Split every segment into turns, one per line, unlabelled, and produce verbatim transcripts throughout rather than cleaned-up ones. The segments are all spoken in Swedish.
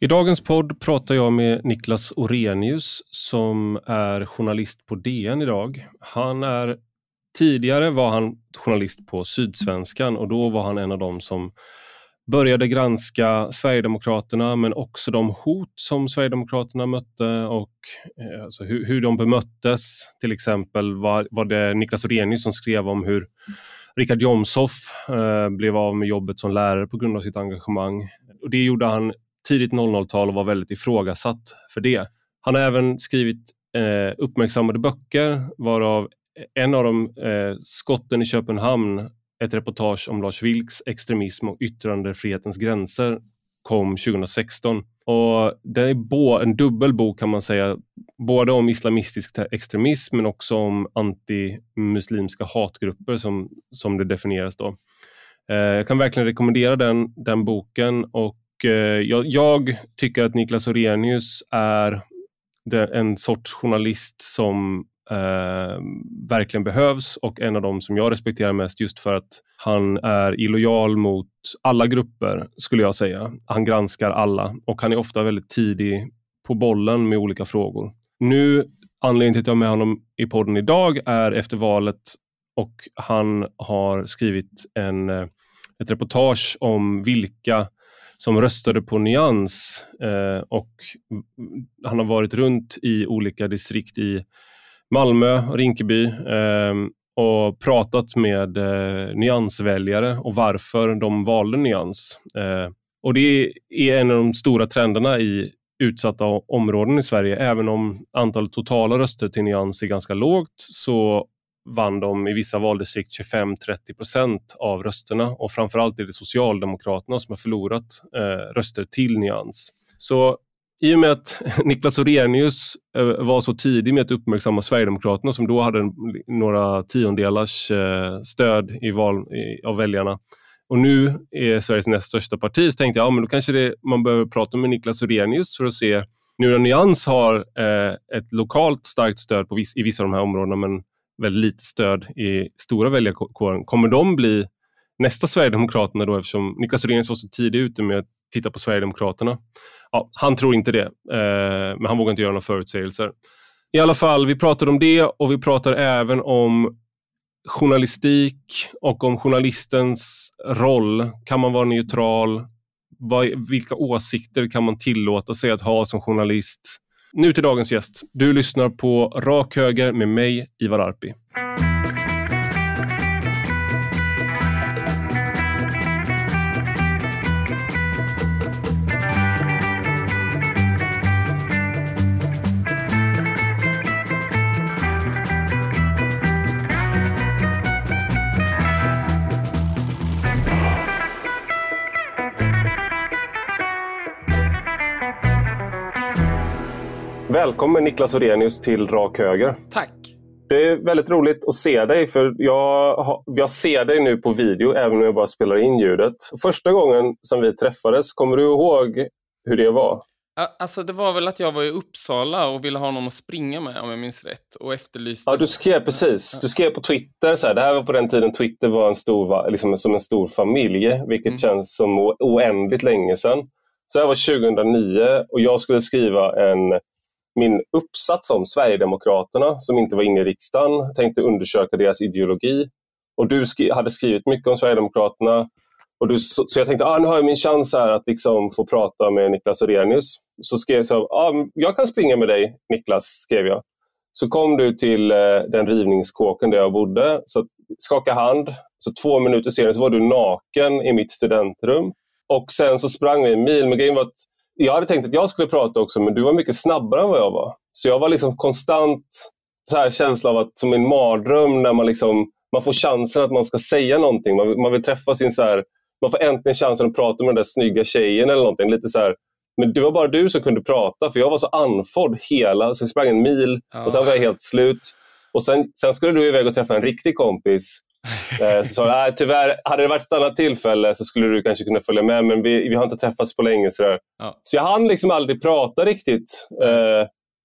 I dagens podd pratar jag med Niklas Orrenius som är journalist på D N idag. Han är, tidigare var han journalist på Sydsvenskan och då var han en av dem som började granska Sverigedemokraterna men också de hot som Sverigedemokraterna mötte och eh, alltså hur, hur de bemöttes. Till exempel var, var det Niklas Orrenius som skrev om hur Richard Jomshof eh, blev av med jobbet som lärare på grund av sitt engagemang. Och det gjorde han tidigt noll noll-tal och var väldigt ifrågasatt för det. Han har även skrivit eh, uppmärksammade böcker, varav en av dem, eh, Skotten i Köpenhamn, ett reportage om Lars Vilks extremism och yttrandefrihetens gränser, kom tjugo sexton. Och det är bo- en dubbelbok kan man säga, både om islamistisk extremism men också om antimuslimska hatgrupper som, som det definieras då. Eh, jag kan verkligen rekommendera den, den boken och Jag, jag tycker att Niklas Orrenius är en sorts journalist som eh, verkligen behövs och en av dem som jag respekterar mest just för att han är illojal mot alla grupper skulle jag säga. Han granskar alla och han är ofta väldigt tidig på bollen med olika frågor. Nu, anledningen till att jag har med honom i podden idag är efter valet och han har skrivit en, ett reportage om vilka som röstade på Nyans eh, och han har varit runt i olika distrikt i Malmö och Rinkeby eh, och pratat med eh, Nyansväljare och varför de valde Nyans. Eh, och det är en av de stora trenderna i utsatta områden i Sverige. Även om antalet totala röster till Nyans är ganska lågt så vann de i vissa valdistrikt tjugofem till trettio procent av rösterna och framförallt är det Socialdemokraterna som har förlorat eh, röster till Nyans. Så i och med att Niklas Orrenius eh, var så tidig med att uppmärksamma Sverigedemokraterna som då hade några tiondelars eh, stöd i val, i, av väljarna och nu är Sveriges näst största parti, så tänkte jag ja, men då kanske det, man behöver prata med Niklas Orrenius för att se nu när Nyans har eh, ett lokalt starkt stöd på viss, i vissa av de här områdena men väldigt lite stöd i stora väljarkåren. Kommer de bli nästa Sverigedemokraterna då eftersom Niklas Orrenius var så tidigt ute med att titta på Sverigedemokraterna? Ja, han tror inte det, eh, men han vågar inte göra några förutsägelser. I alla fall, vi pratar om det och vi pratar även om journalistik och om journalistens roll. Kan man vara neutral? Vad, vilka åsikter kan man tillåta sig att ha som journalist? Nu till dagens gäst. Du lyssnar på Rak Höger med mig, Ivar Arpi. Välkommen Niklas Orrenius till Rak Höger.
Tack.
Det är väldigt roligt att se dig för jag, jag ser dig nu på video även om jag bara spelar in ljudet. Första gången som vi träffades, kommer du ihåg hur det var?
Alltså det var väl att jag var i Uppsala och ville ha någon att springa med om jag minns rätt och efterlyste...
Ja, du skrev precis. Du skrev på Twitter så här, det här var på den tiden Twitter var en stor, liksom som en stor familj, vilket mm. känns som oändligt länge sedan. Så det var tjugohundranio och jag skulle skriva en min uppsats om Sverigedemokraterna som inte var inne i riksdagen, tänkte undersöka deras ideologi och du skri- hade skrivit mycket om Sverigedemokraterna och du, så, så jag tänkte ah, nu har jag min chans här att liksom få prata med Niklas Orrenius. Så skrev jag så ah, jag kan springa med dig Niklas, skrev jag. Så kom du till eh, den rivningskåken där jag bodde, så skaka hand, så två minuter senare så var du naken i mitt studentrum och sen så sprang vi en mil. Men grejen var att jag hade tänkt att jag skulle prata också, men du var mycket snabbare än vad jag var. Så jag var liksom konstant så här känsla av att som en mardröm när man liksom man får chansen att man ska säga någonting. Man, man vill träffa sin så här, man får äntligen chansen att prata med den där snygga tjejen eller någonting. Lite så här, men det var bara du som kunde prata för jag var så andfådd hela, så jag sprang en mil ja. Och sen var jag helt slut. Och sen, sen skulle du iväg och träffa en riktig kompis. Så sa jag, tyvärr, hade det varit ett annat tillfälle så skulle du kanske kunna följa med, men vi, vi har inte träffats på länge så, ja. Så jag hann liksom aldrig prata riktigt.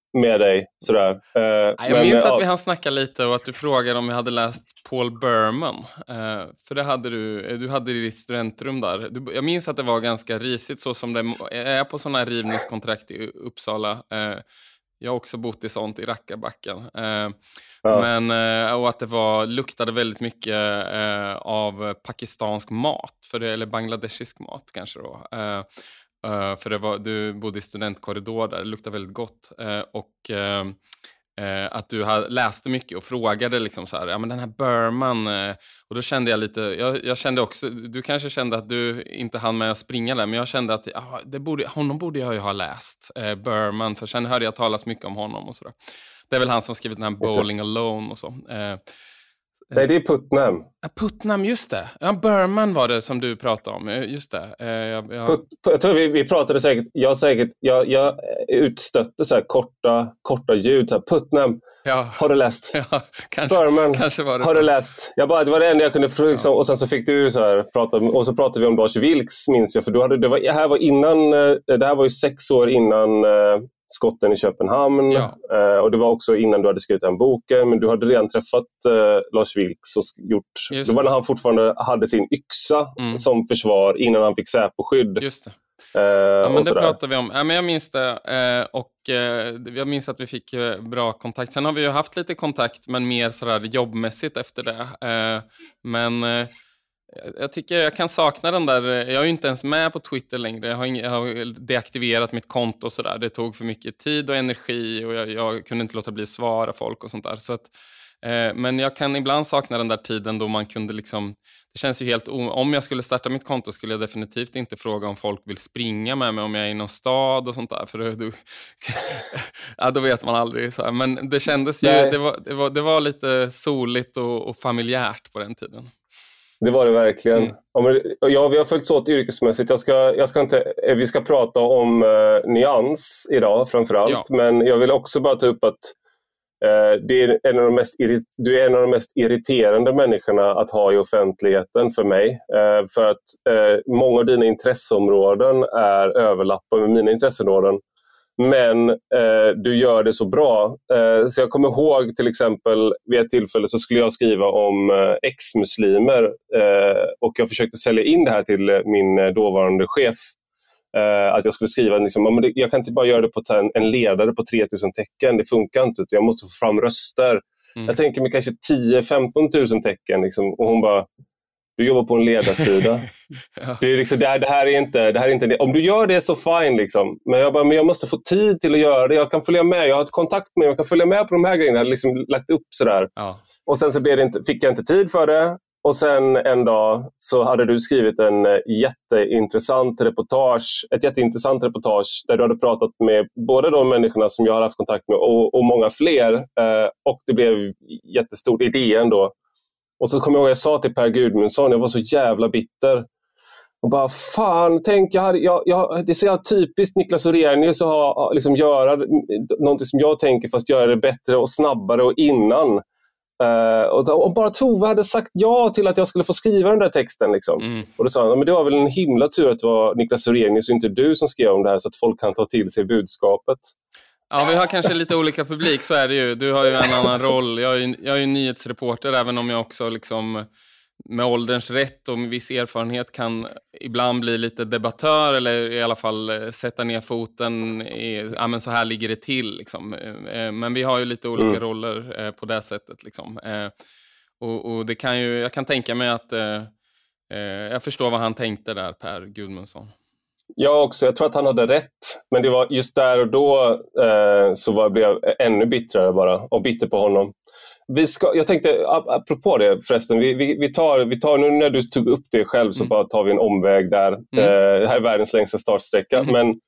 med dig. Sådär. Uh,
jag
men,
minns
uh,
att vi hann snacka lite och att du frågade om jag hade läst Paul Berman. Uh, för det hade du, du hade i ditt studentrum där. Du, jag minns att det var ganska risigt så som det är på sådana här rivningskontrakt i Uppsala. Uh, jag har också bott i sånt i Rackabacken. Uh, ja. Men, uh, och att det var, luktade väldigt mycket uh, av pakistansk mat. För det, eller bangladeshisk mat kanske då. Uh, Uh, för det var, du bodde i studentkorridor där, det luktade väldigt gott. Uh, och uh, uh, att du ha, läste mycket och frågade liksom så här, ja men den här Berman. Uh, och då kände jag lite, jag, jag kände också, du kanske kände att du inte hann med att springa där. Men jag kände att uh, det borde, honom borde jag ju ha läst, uh, Berman. För sen hörde jag talas mycket om honom och sådär. Det är väl han som skrivit den här Bowling Alone och så. Uh,
Nej, det är Putnam.
Putnam, just det. Ja, Berman var det som du pratade om. Just det. Jag, jag...
Put, jag tror vi, vi pratade säkert, jag säkert, jag, jag utstötte så här korta, korta ljud. Så här, Putnam,
ja.
Har du läst?
Ja, kanske,
Berman,
kanske var det
har
så.
du läst? Jag bara, det var det enda jag kunde fråga. Liksom, ja. Och sen så fick du så här, prata, och så pratade vi om Lars Vilks, minns jag. För du hade, det, var, det, här var innan, det här var ju sex år innan uh, skotten i Köpenhamn.
Ja.
Uh, och det var också innan du hade skrivit den boken. Men du hade redan träffat uh, Lars Vilks och gjort...
Just
det var
det.
när han fortfarande hade sin yxa
mm.
som försvar innan han fick säpo-skydd.
Just det.
Uh,
ja, men det
sådär.
pratade vi om. Ja, men jag minns det. Uh, och uh, jag minns att vi fick uh, bra kontakt. Sen har vi ju haft lite kontakt, men mer sådär jobbmässigt efter det. Uh, men... Uh, Jag tycker jag kan sakna den där. Jag är ju inte ens med på Twitter längre. Jag har, ing, jag har deaktiverat mitt konto och sådär. Det tog för mycket tid och energi och jag, jag kunde inte låta bli att svara folk och sånt där. Så att, eh, men jag kan ibland sakna den där tiden då man kunde liksom... Det känns ju helt... O- om jag skulle starta mitt konto skulle jag definitivt inte fråga om folk vill springa med mig om jag är i någon stad och sånt där. För då, ja, då vet man aldrig. Så här. Men det kändes ju... Det var, det, var, det var lite soligt och, och familjärt på den tiden.
Det var det verkligen.
Mm.
Ja, men, ja, vi har följts åt yrkesmässigt. Jag ska, jag ska inte, vi ska prata om uh, nyans idag framförallt. Ja. Men jag vill också bara ta upp att uh, det är en av de mest irrit- du är en av de mest irriterande människorna att ha i offentligheten för mig. Uh, för att uh, många av dina intresseområden är överlappar med mina intresseområden. Men eh, du gör det så bra. Eh, så jag kommer ihåg till exempel vid ett tillfälle så skulle jag skriva om eh, ex-muslimer. Eh, och jag försökte sälja in det här till eh, min eh, dåvarande chef. Eh, att jag skulle skriva, liksom, jag kan inte bara göra det på en, en ledare på tre tusen tecken. Det funkar inte. Jag måste få fram röster. Mm. Jag tänker mig kanske tio till femton tusen tecken. Liksom, och hon bara... Du jobbar på en ledarsida. ja. det, är liksom, det, här, det här är inte... Det här är inte om du gör det så fine. Liksom. Men, jag bara, men jag måste få tid till att göra det. Jag kan följa med. Jag har ett kontakt med. Jag kan följa med på de här grejerna. Jag har liksom lagt upp sådär.
Ja.
Och sen så blev det inte, fick jag inte tid för det. Och sen en dag så hade du skrivit en jätteintressant reportage. Ett jätteintressant reportage där du hade pratat med både de människorna som jag har haft kontakt med och, och många fler. Eh, och det blev jättestort i D N då. Och så kommer jag ihåg att jag sa till Per Gudmundsson, jag var så jävla bitter. Och bara, fan, tänk, jag hade, jag, jag, det är så jävla typiskt Niklas Orenius att ha, liksom, göra någonting som jag tänker, fast göra det bättre och snabbare och innan. Uh, och, och bara Tove hade sagt ja till att jag skulle få skriva den där texten. Liksom. Mm. Och då sa han, men det var väl en himla tur att det var Niklas Orenius och inte du som skrev om det här så att folk kan ta till sig budskapet.
Ja, vi har kanske lite olika publik, så är det ju. Du har ju en annan roll. Jag är ju, jag är ju nyhetsreporter, även om jag också liksom med ålderns rätt och med viss erfarenhet kan ibland bli lite debattör eller i alla fall sätta ner foten i, ja men så här ligger det till liksom. Men vi har ju lite olika mm. roller på det sättet liksom. Och, och det kan ju, jag kan tänka mig att jag förstår vad han tänkte där, Per Gudmundsson.
Jag också, jag tror att han hade rätt. Men det var just där och då eh, så var, blev jag ännu bittrare bara och bitter på honom. Vi ska, jag tänkte, apropå det förresten, vi, vi, vi, tar, vi tar nu när du tog upp det själv så mm. bara tar vi en omväg där. Mm. Eh, det här är världens längsta startsträcka. Mm. Men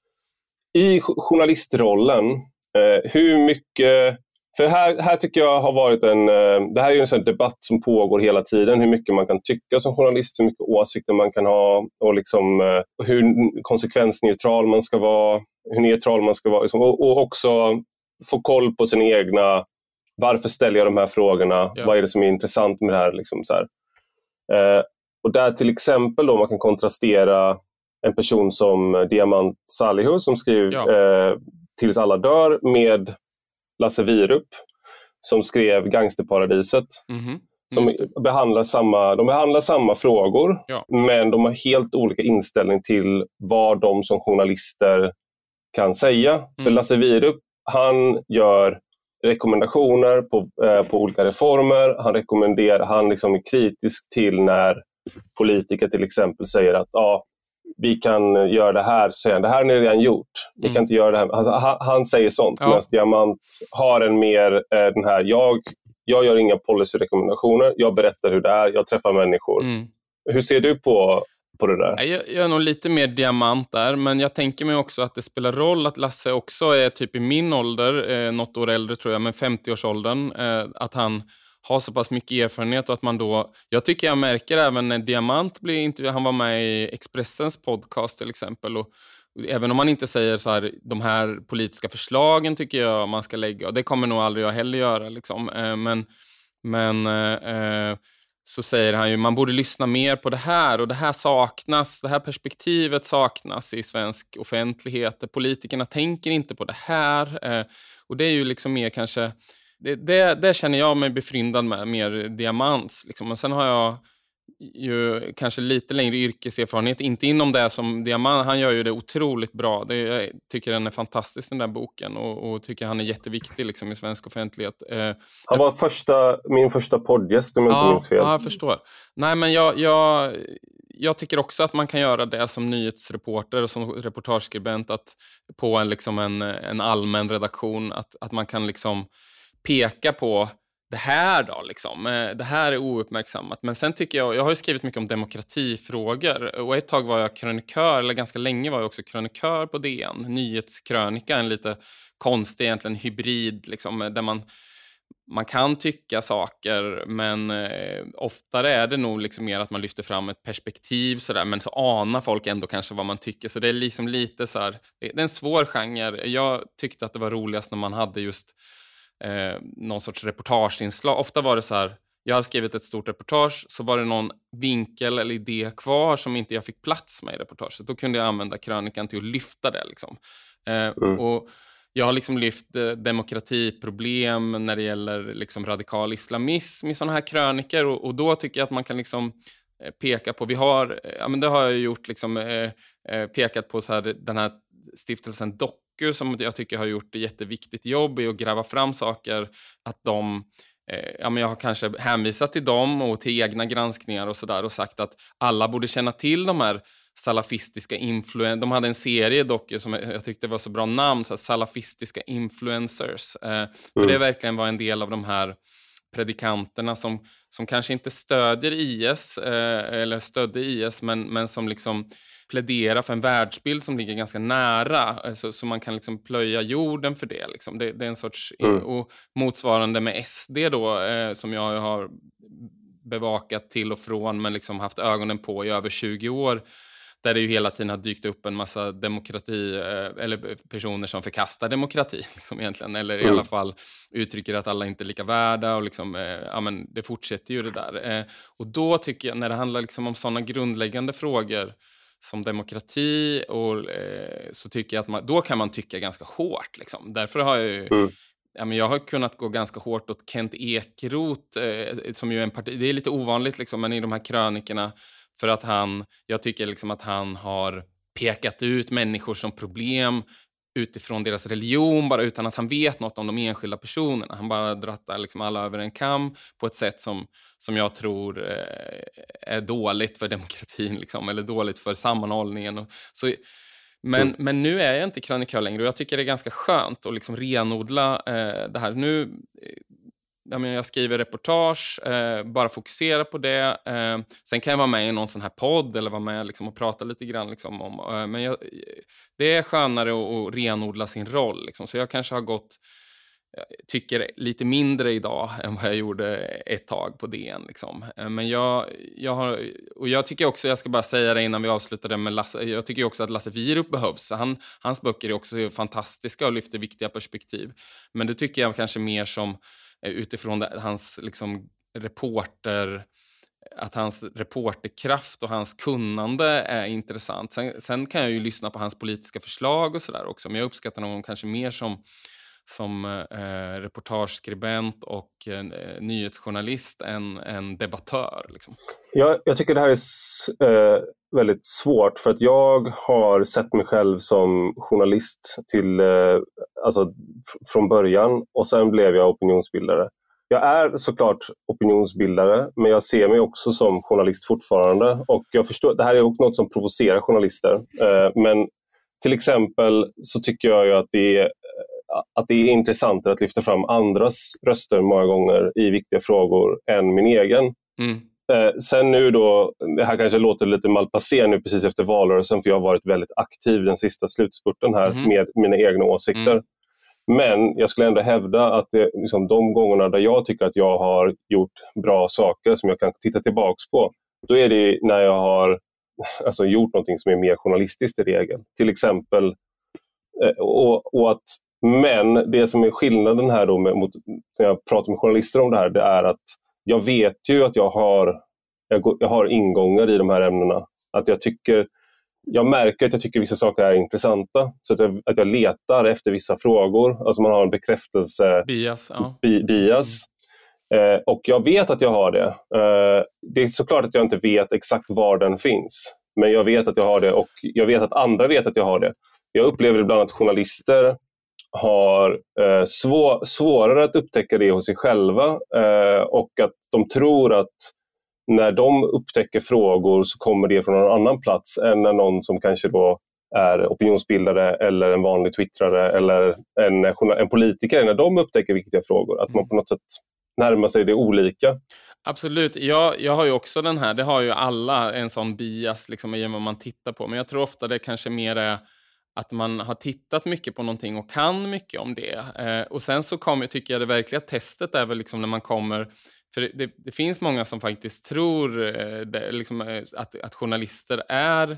i journalistrollen, eh, hur mycket... För här, här tycker jag har varit en... Det här är ju en sån debatt som pågår hela tiden. Hur mycket man kan tycka som journalist, hur mycket åsikter man kan ha och liksom, hur konsekvensneutral man ska vara, hur neutral man ska vara. Liksom, och, och också få koll på sina egna... Varför ställer jag de här frågorna? Ja. Vad är det som är intressant med det här? Liksom så här. Eh, och där till exempel då man kan kontrastera en person som Diamant Salihu som skriver ja. eh, Tills alla dör med... Lasse Wierup som skrev Gangsterparadiset.
Mm-hmm.
Som behandlar samma, de behandlar samma frågor,
ja.
men de har helt olika inställning till vad de som journalister kan säga. Mm. För Lasse Wierup, han gör rekommendationer på, eh, på olika reformer. Han rekommenderar, han liksom är kritisk till när politiker till exempel säger att ja, vi kan göra det här, säger det här har ni redan gjort. Vi mm. kan inte göra det här. Alltså, han, han säger sånt. Ja. Medan Diamant har en mer eh, den här, jag, jag gör inga policyrekommendationer, jag berättar hur det är, jag träffar människor. Mm. Hur ser du på på det där?
Jag, jag är nog lite mer Diamant där, men jag tänker mig också att det spelar roll att Lasse också är typ i min ålder, eh, något år äldre tror jag, men femtio-årsåldern, eh, att han har så pass mycket erfarenhet och att man då, jag tycker jag märker även när Diamant blir intervjuad, han var med i Expressens podcast till exempel, och även om man inte säger så här, de här politiska förslagen tycker jag man ska lägga, och det kommer nog aldrig jag heller göra liksom, eh, men, men eh, så säger han ju, man borde lyssna mer på det här, och det här saknas, det här perspektivet saknas i svensk offentlighet. Politikerna tänker inte på det här, eh, och det är ju liksom mer kanske, det, det, det känner jag mig befryndad med, mer Diamants liksom. Och sen har jag ju kanske lite längre yrkeserfarenhet, inte inom det som Diamant, han gör ju det otroligt bra. Det, jag tycker den är fantastisk den där boken, och, och tycker han är jätteviktig liksom i svensk offentlighet. Eh,
han var första, min första poddgäst om jag
ja,
inte minns fel.
Ja, jag förstår. Nej, men jag, jag, jag tycker också att man kan göra det som nyhetsreporter och som reportageskribent, att på en, liksom en, en allmän redaktion, att, att man kan liksom peka på det här då, liksom. Det här är ouppmärksammat. Men sen tycker jag, jag har ju skrivit mycket om demokratifrågor, och ett tag var jag krönikör, eller ganska länge var jag också krönikör på D N. Nyhetskrönika, en lite konstig egentligen hybrid, liksom, där man, man kan tycka saker, men eh, oftare är det nog liksom mer att man lyfter fram ett perspektiv sådär, men så anar folk ändå kanske vad man tycker. Så det är liksom lite så här, det är en svår genre. Jag tyckte att det var roligast när man hade just Eh, någon sorts reportageinslag. Ofta var det så här, jag har skrivit ett stort reportage, så var det någon vinkel eller idé kvar som inte jag fick plats med i reportaget. Då kunde jag använda krönikan till att lyfta det liksom. Eh, mm. Och jag har liksom lyft eh, demokratiproblem när det gäller liksom radikal islamism i sådana här kröniker, och, och då tycker jag att man kan liksom eh, peka på, vi har, eh, ja men det har jag gjort liksom, eh, eh, pekat på så här, den här stiftelsen Dock, som jag tycker har gjort ett jätteviktigt jobb i att gräva fram saker, att de, eh, ja men jag har kanske hänvisat till dem och till egna granskningar och sådär, och sagt att alla borde känna till de här salafistiska influencers. De hade en serie dock som jag, jag tyckte var så bra namn, så här, salafistiska influencers, eh, mm. för det verkligen var en del av de här predikanterna som, som kanske inte stödjer I S eh, eller stödde I S, men, men som liksom plädera för en världsbild som ligger ganska nära, så, så man kan liksom plöja jorden för det. Liksom. Det, det är en sorts, mm. och motsvarande med S D då, eh, som jag har bevakat till och från, men liksom haft ögonen på i över tjugo år, där det ju hela tiden har dykt upp en massa demokrati, eh, eller personer som förkastar demokrati, liksom egentligen, eller mm. i alla fall uttrycker att alla inte är lika värda, och liksom, eh, ja, men det fortsätter ju det där. Eh, och då tycker jag, när det handlar liksom om sådana grundläggande frågor som demokrati, och eh, så tycker jag att man, då kan man tycka ganska hårt liksom. Därför har jag ju, mm. ja, men jag har kunnat gå ganska hårt åt Kent Ekeroth, eh, som ju är en parti, det är lite ovanligt liksom, men i de här krönikerna, för att han, jag tycker liksom att han har pekat ut människor som problem utifrån deras religion, bara utan att han vet något om de enskilda personerna. Han bara drattar liksom alla över en kam på ett sätt som, som jag tror eh, är dåligt för demokratin, liksom, eller dåligt för sammanhållningen. Och, så, men, mm. men nu är jag inte krönikör längre, och jag tycker det är ganska skönt att liksom renodla eh, det här. Nu, eh, jag, menar, jag skriver reportage, eh, bara fokusera på det. Eh, sen kan jag vara med i någon sån här podd, eller vara med liksom, och prata lite grann. Liksom, om, eh, men jag, det är skönare att, att renodla sin roll. Liksom. Så jag kanske har gått, jag tycker lite mindre idag än vad jag gjorde ett tag på D N. Liksom. Eh, men jag, jag har, och jag tycker också, jag ska bara säga det innan vi avslutar det med Lasse, jag tycker också att Lasse Wierup behövs. Han, hans böcker är också fantastiska och lyfter viktiga perspektiv. Men det tycker jag kanske mer som utifrån det, hans liksom reporter, att hans reporterkraft och hans kunnande är intressant. Sen, sen kan jag ju lyssna på hans politiska förslag och sådär också, men jag uppskattar honom kanske mer som, som eh, reportageskribent och eh, nyhetsjournalist än en debattör. Liksom.
Ja, jag tycker det här är eh, väldigt svårt, för att jag har sett mig själv som journalist till, eh, alltså, f- från början, och sen blev jag opinionsbildare. Jag är såklart opinionsbildare, men jag ser mig också som journalist fortfarande, och jag förstår, det här är också något som provocerar journalister, eh, men till exempel så tycker jag ju att det är att det är intressant att lyfta fram andras röster många gånger i viktiga frågor än min egen.
Mm.
Eh, sen nu då, det här kanske låter lite malpassé nu precis efter valrörelsen, för jag har varit väldigt aktiv den sista slutspurten här
Mm.
med mina egna åsikter.
Mm.
Men jag skulle ändå hävda att det, liksom, de gångerna där jag tycker att jag har gjort bra saker som jag kan titta tillbaks på, då är det när jag har alltså, gjort någonting som är mer journalistiskt i regel. Till exempel, eh, och, och att men det som är skillnaden här då med, mot, när jag pratar med journalister om det här, det är att jag vet ju att jag har, jag, jag har ingångar i de här ämnena. Att jag tycker, jag märker att jag tycker vissa saker är intressanta, så att jag, att jag letar efter vissa frågor. Alltså man har en bekräftelse
bias. Ja.
bi, bias. Mm. Eh, och jag vet att jag har det. Eh, det är såklart att jag inte vet exakt var den finns, men jag vet att jag har det, och jag vet att andra vet att jag har det. Jag upplever ibland att journalister har eh, svår, svårare att upptäcka det hos sig själva, eh, och att de tror att när de upptäcker frågor så kommer det från någon annan plats än när någon som kanske då är opinionsbildare eller en vanlig twittrare eller en, en politiker, när de upptäcker viktiga frågor, att man på något sätt närmar sig det olika.
Absolut, jag, jag har ju också den här, det har ju alla en sån bias liksom, i vad man tittar på, men jag tror ofta det kanske mer är att man har tittat mycket på någonting och kan mycket om det. Eh, och sen så kommer, tycker jag det verkliga testet är väl liksom när man kommer, för det, det, det finns många som faktiskt tror eh, det, liksom, eh, att, att journalister är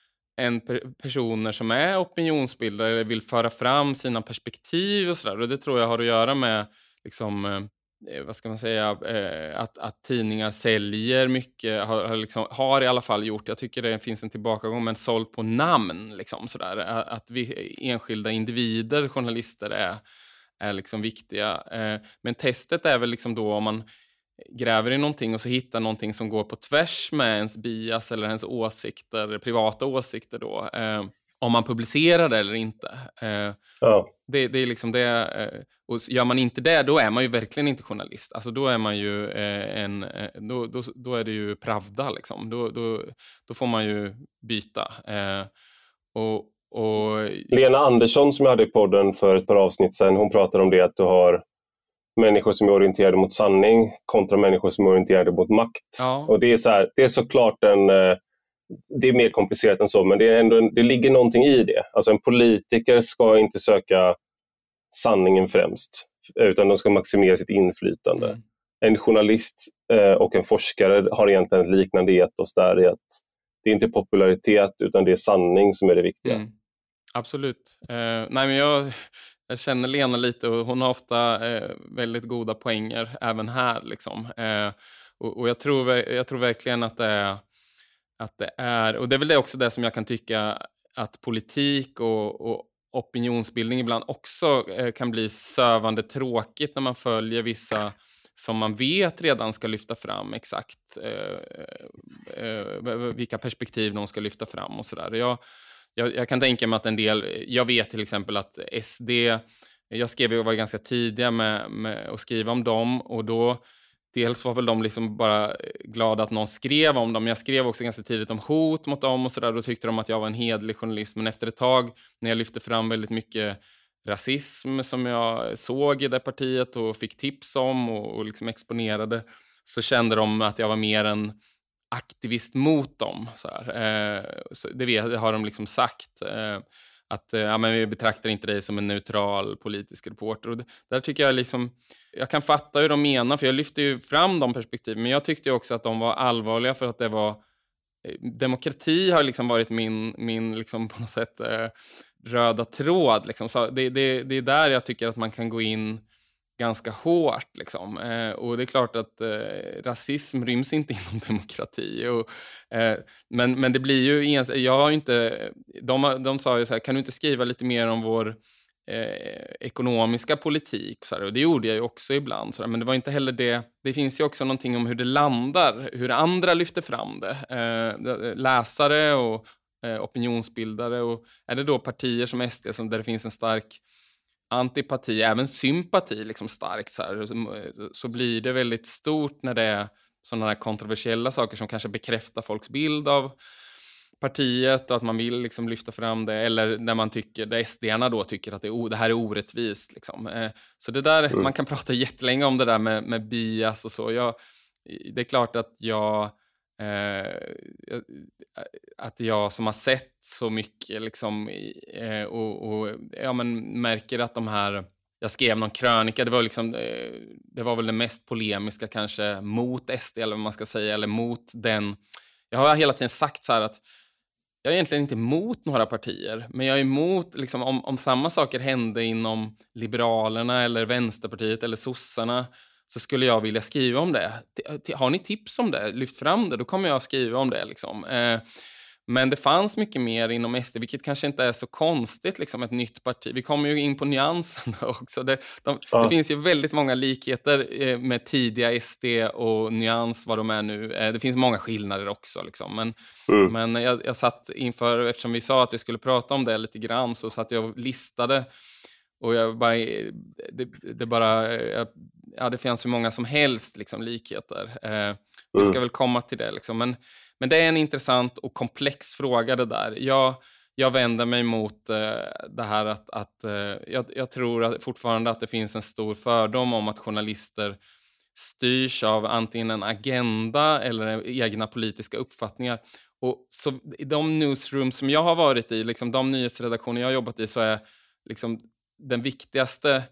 en per, personer som är opinionsbildare eller vill föra fram sina perspektiv och sådär. Och det tror jag har att göra med liksom, eh, vad ska man säga, eh, att, att tidningar säljer mycket, har, har, liksom, har i alla fall gjort, jag tycker det finns en tillbakagång, men sålt på namn liksom, sådär, att vi enskilda individer, journalister är, är liksom viktiga, eh, men testet är väl liksom då om man gräver i någonting och så hittar någonting som går på tvärs med ens bias eller ens åsikter, privata åsikter då, eh, om man publicerar det eller inte. Eh,
ja.
det, det är liksom det, eh, och gör man inte det, då är man ju verkligen inte journalist. Alltså då är man ju eh, en, eh, då, då, då är det ju Pravda liksom. Då, då, då får man ju byta. Eh, och, och...
Lena Andersson som jag hade i podden för ett par avsnitt sedan, hon pratade om det, att du har människor som är orienterade mot sanning kontra människor som är orienterade mot makt.
Ja.
Och det är, så här, det är såklart en, det är mer komplicerat än så, men det, är ändå en, det ligger någonting i det. Alltså en politiker ska inte söka sanningen främst, utan de ska maximera sitt inflytande. Mm. En journalist eh, och en forskare har egentligen ett liknande etos där, i att det är inte popularitet utan det är sanning som är det viktiga. Mm.
Absolut. Eh, nej men jag... Jag känner Lena lite och hon har ofta eh, väldigt goda poänger även här. Liksom. Eh, och och jag, tror, jag tror verkligen att det, är, att det är... Och det är väl det också det som jag kan tycka att politik och, och opinionsbildning ibland också eh, kan bli sövande tråkigt när man följer vissa som man vet redan ska lyfta fram exakt eh, eh, vilka perspektiv de ska lyfta fram och sådär. Jag... Jag, jag kan tänka mig att en del, jag vet till exempel att S D, jag skrev ju var ganska tidiga med, med att skriva om dem, och då dels var väl de liksom bara glada att någon skrev om dem. Jag skrev också ganska tidigt om hot mot dem och sådär, då tyckte de att jag var en hedlig journalist, men efter ett tag när jag lyfte fram väldigt mycket rasism som jag såg i det partiet och fick tips om och, och liksom exponerade, så kände de att jag var mer en aktivist mot dem. Så här. Eh, så det, vet, det har de liksom sagt. Eh, att eh, ja, men vi betraktar inte dig som en neutral politisk reporter. Och det, där tycker jag liksom... Jag kan fatta hur de menar, för jag lyfte ju fram de perspektiven. Men jag tyckte också att de var allvarliga för att det var... Eh, demokrati har liksom varit min, min liksom på något sätt eh, röda tråd. Liksom. Så det, det, det är där jag tycker att man kan gå in ganska hårt liksom. Eh, och det är klart att eh, rasism ryms inte inom demokrati. Och, eh, men, men det blir ju... Jag har inte... De, de sa ju så här, kan du inte skriva lite mer om vår eh, ekonomiska politik. Så här, och det gjorde jag ju också ibland. Så här, men det var inte heller det. Det finns ju också någonting om hur det landar, hur andra lyfter fram det. Eh, läsare och eh, opinionsbildare. Och är det då partier som S D som där det finns en stark antipati, även sympati liksom starkt så här, så, så blir det väldigt stort när det är sådana här kontroversiella saker som kanske bekräftar folks bild av partiet och att man vill liksom lyfta fram det, eller när man tycker, där S D-arna då tycker att det, är, det här är orättvist liksom. Eh, så det där, mm. man kan prata jättelänge om det där med, med bias och så. Jag, det är klart att jag eh, att jag som har sett så mycket liksom eh, och, och ja, men märker att de här, jag skrev någon krönika, det var liksom eh, det var väl det mest polemiska kanske mot S D eller vad man ska säga, eller mot den. Jag har hela tiden sagt så här att jag är egentligen inte emot några partier, men jag är emot liksom, om, om samma saker hände inom Liberalerna eller Vänsterpartiet eller sossarna, så skulle jag vilja skriva om det. Har ni tips om det? Lyft fram det, då kommer jag skriva om det. Liksom. Eh, men det fanns mycket mer inom S D, vilket kanske inte är så konstigt, liksom, ett nytt parti. Vi kommer ju in på nyansen också. Det, de, ja. det finns ju väldigt många likheter eh, med tidiga S D och nyans, vad de är nu. Eh, det finns många skillnader också. Liksom. Men, mm. men jag, jag satt inför, eftersom vi sa att vi skulle prata om det lite grann, så satt jag och listade. Och jag bara, det, det bara, ja, det finns ju många som helst liksom, likheter. Eh, vi ska mm. väl komma till det liksom. Men, men det är en intressant och komplex fråga det där. Jag, jag vänder mig mot eh, det här att, att eh, jag, jag tror att fortfarande att det finns en stor fördom om att journalister styrs av antingen en agenda eller egna politiska uppfattningar. Och så i de newsrooms som jag har varit i, liksom de nyhetsredaktioner jag har jobbat i, så är liksom den viktigaste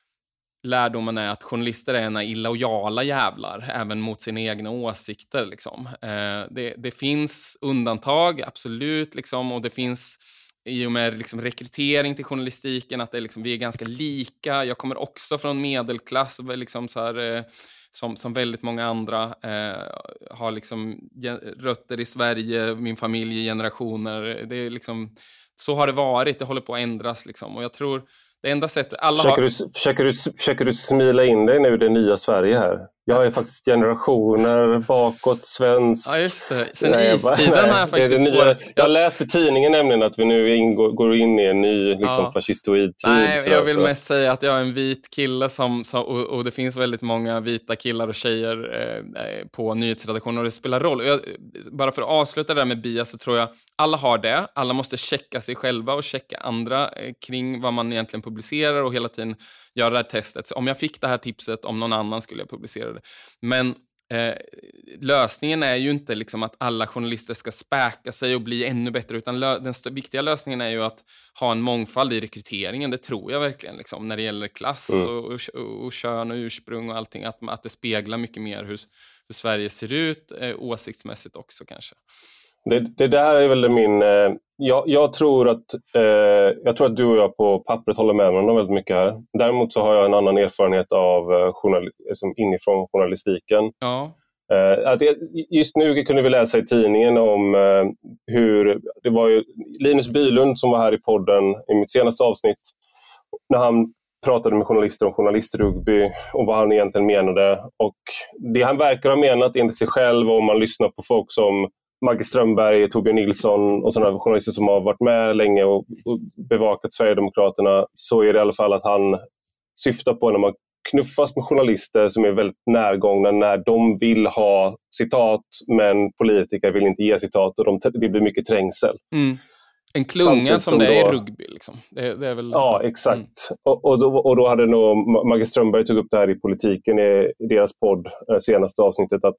lärdomen är att journalister är ena illojala jävlar, även mot sina egna åsikter. Liksom. Eh, det, det finns undantag, absolut, liksom, och det finns i och med liksom, rekrytering till journalistiken att det, liksom, vi är ganska lika. Jag kommer också från medelklass, liksom, så här, eh, som, som väldigt många andra. Eh, har liksom, rötter i Sverige, min familj i generationer. Det är, liksom, så har det varit, det håller på att ändras. Liksom, och jag tror det enda sättet, alla
försöker,
har...
du, försöker, du, försöker du smila in dig nu i det nya Sverige här? Jag är faktiskt generationer bakåt, svensk.
Ja, just det. Sen nej, istiden bara, nej, har jag faktiskt...
Det nya, jag, jag läste i tidningen nämligen att vi nu ingår, går in i en ny liksom, ja. fascistoid tid.
Nej,
så,
jag vill
så.
mest säga att jag är en vit kille som, som, och, och det finns väldigt många vita killar och tjejer eh, på nyhetsredaktioner och det spelar roll. Jag, bara för att avsluta det där med bias så tror jag alla har det. Alla måste checka sig själva och checka andra eh, kring vad man egentligen publicerar och hela tiden göra det här testet. Så om jag fick det här tipset om någon annan skulle jag publicera det. Men eh, lösningen är ju inte liksom att alla journalister ska späka sig och bli ännu bättre, utan lö- den st- viktiga lösningen är ju att ha en mångfald i rekryteringen. Det tror jag verkligen liksom, när det gäller klass mm. och, och, och kön och ursprung och allting, att, att det speglar mycket mer hur, hur Sverige ser ut eh, åsiktsmässigt också kanske.
Det, det där är väl min... Eh, jag, jag, tror att, eh, jag tror att du och jag på pappret håller med varandra väldigt mycket här. Däremot så har jag en annan erfarenhet av eh, journal, liksom inifrån journalistiken.
Ja.
Eh, att det, just nu kunde vi läsa i tidningen om eh, hur... Det var ju Linus Bylund som var här i podden i mitt senaste avsnitt. När han pratade med journalister om journalistrugby och vad han egentligen menade. Och det han verkar ha menat enligt sig själv, om man lyssnar på folk som Maggie Strömberg, Torbjörn Nilsson och sådana journalister som har varit med länge och bevakat Sverigedemokraterna, så är det i alla fall att han syftar på när man knuffas med journalister som är väldigt närgångna, när de vill ha citat men politiker vill inte ge citat och de, det blir mycket trängsel.
Mm. En klunga som, som det är då, i rugby. Liksom. Det, det är väl...
Ja, exakt. Mm. Och, och, då, och då hade nog Maggie Strömberg tog upp det här i politiken i, i deras podd, eh, senaste avsnittet, att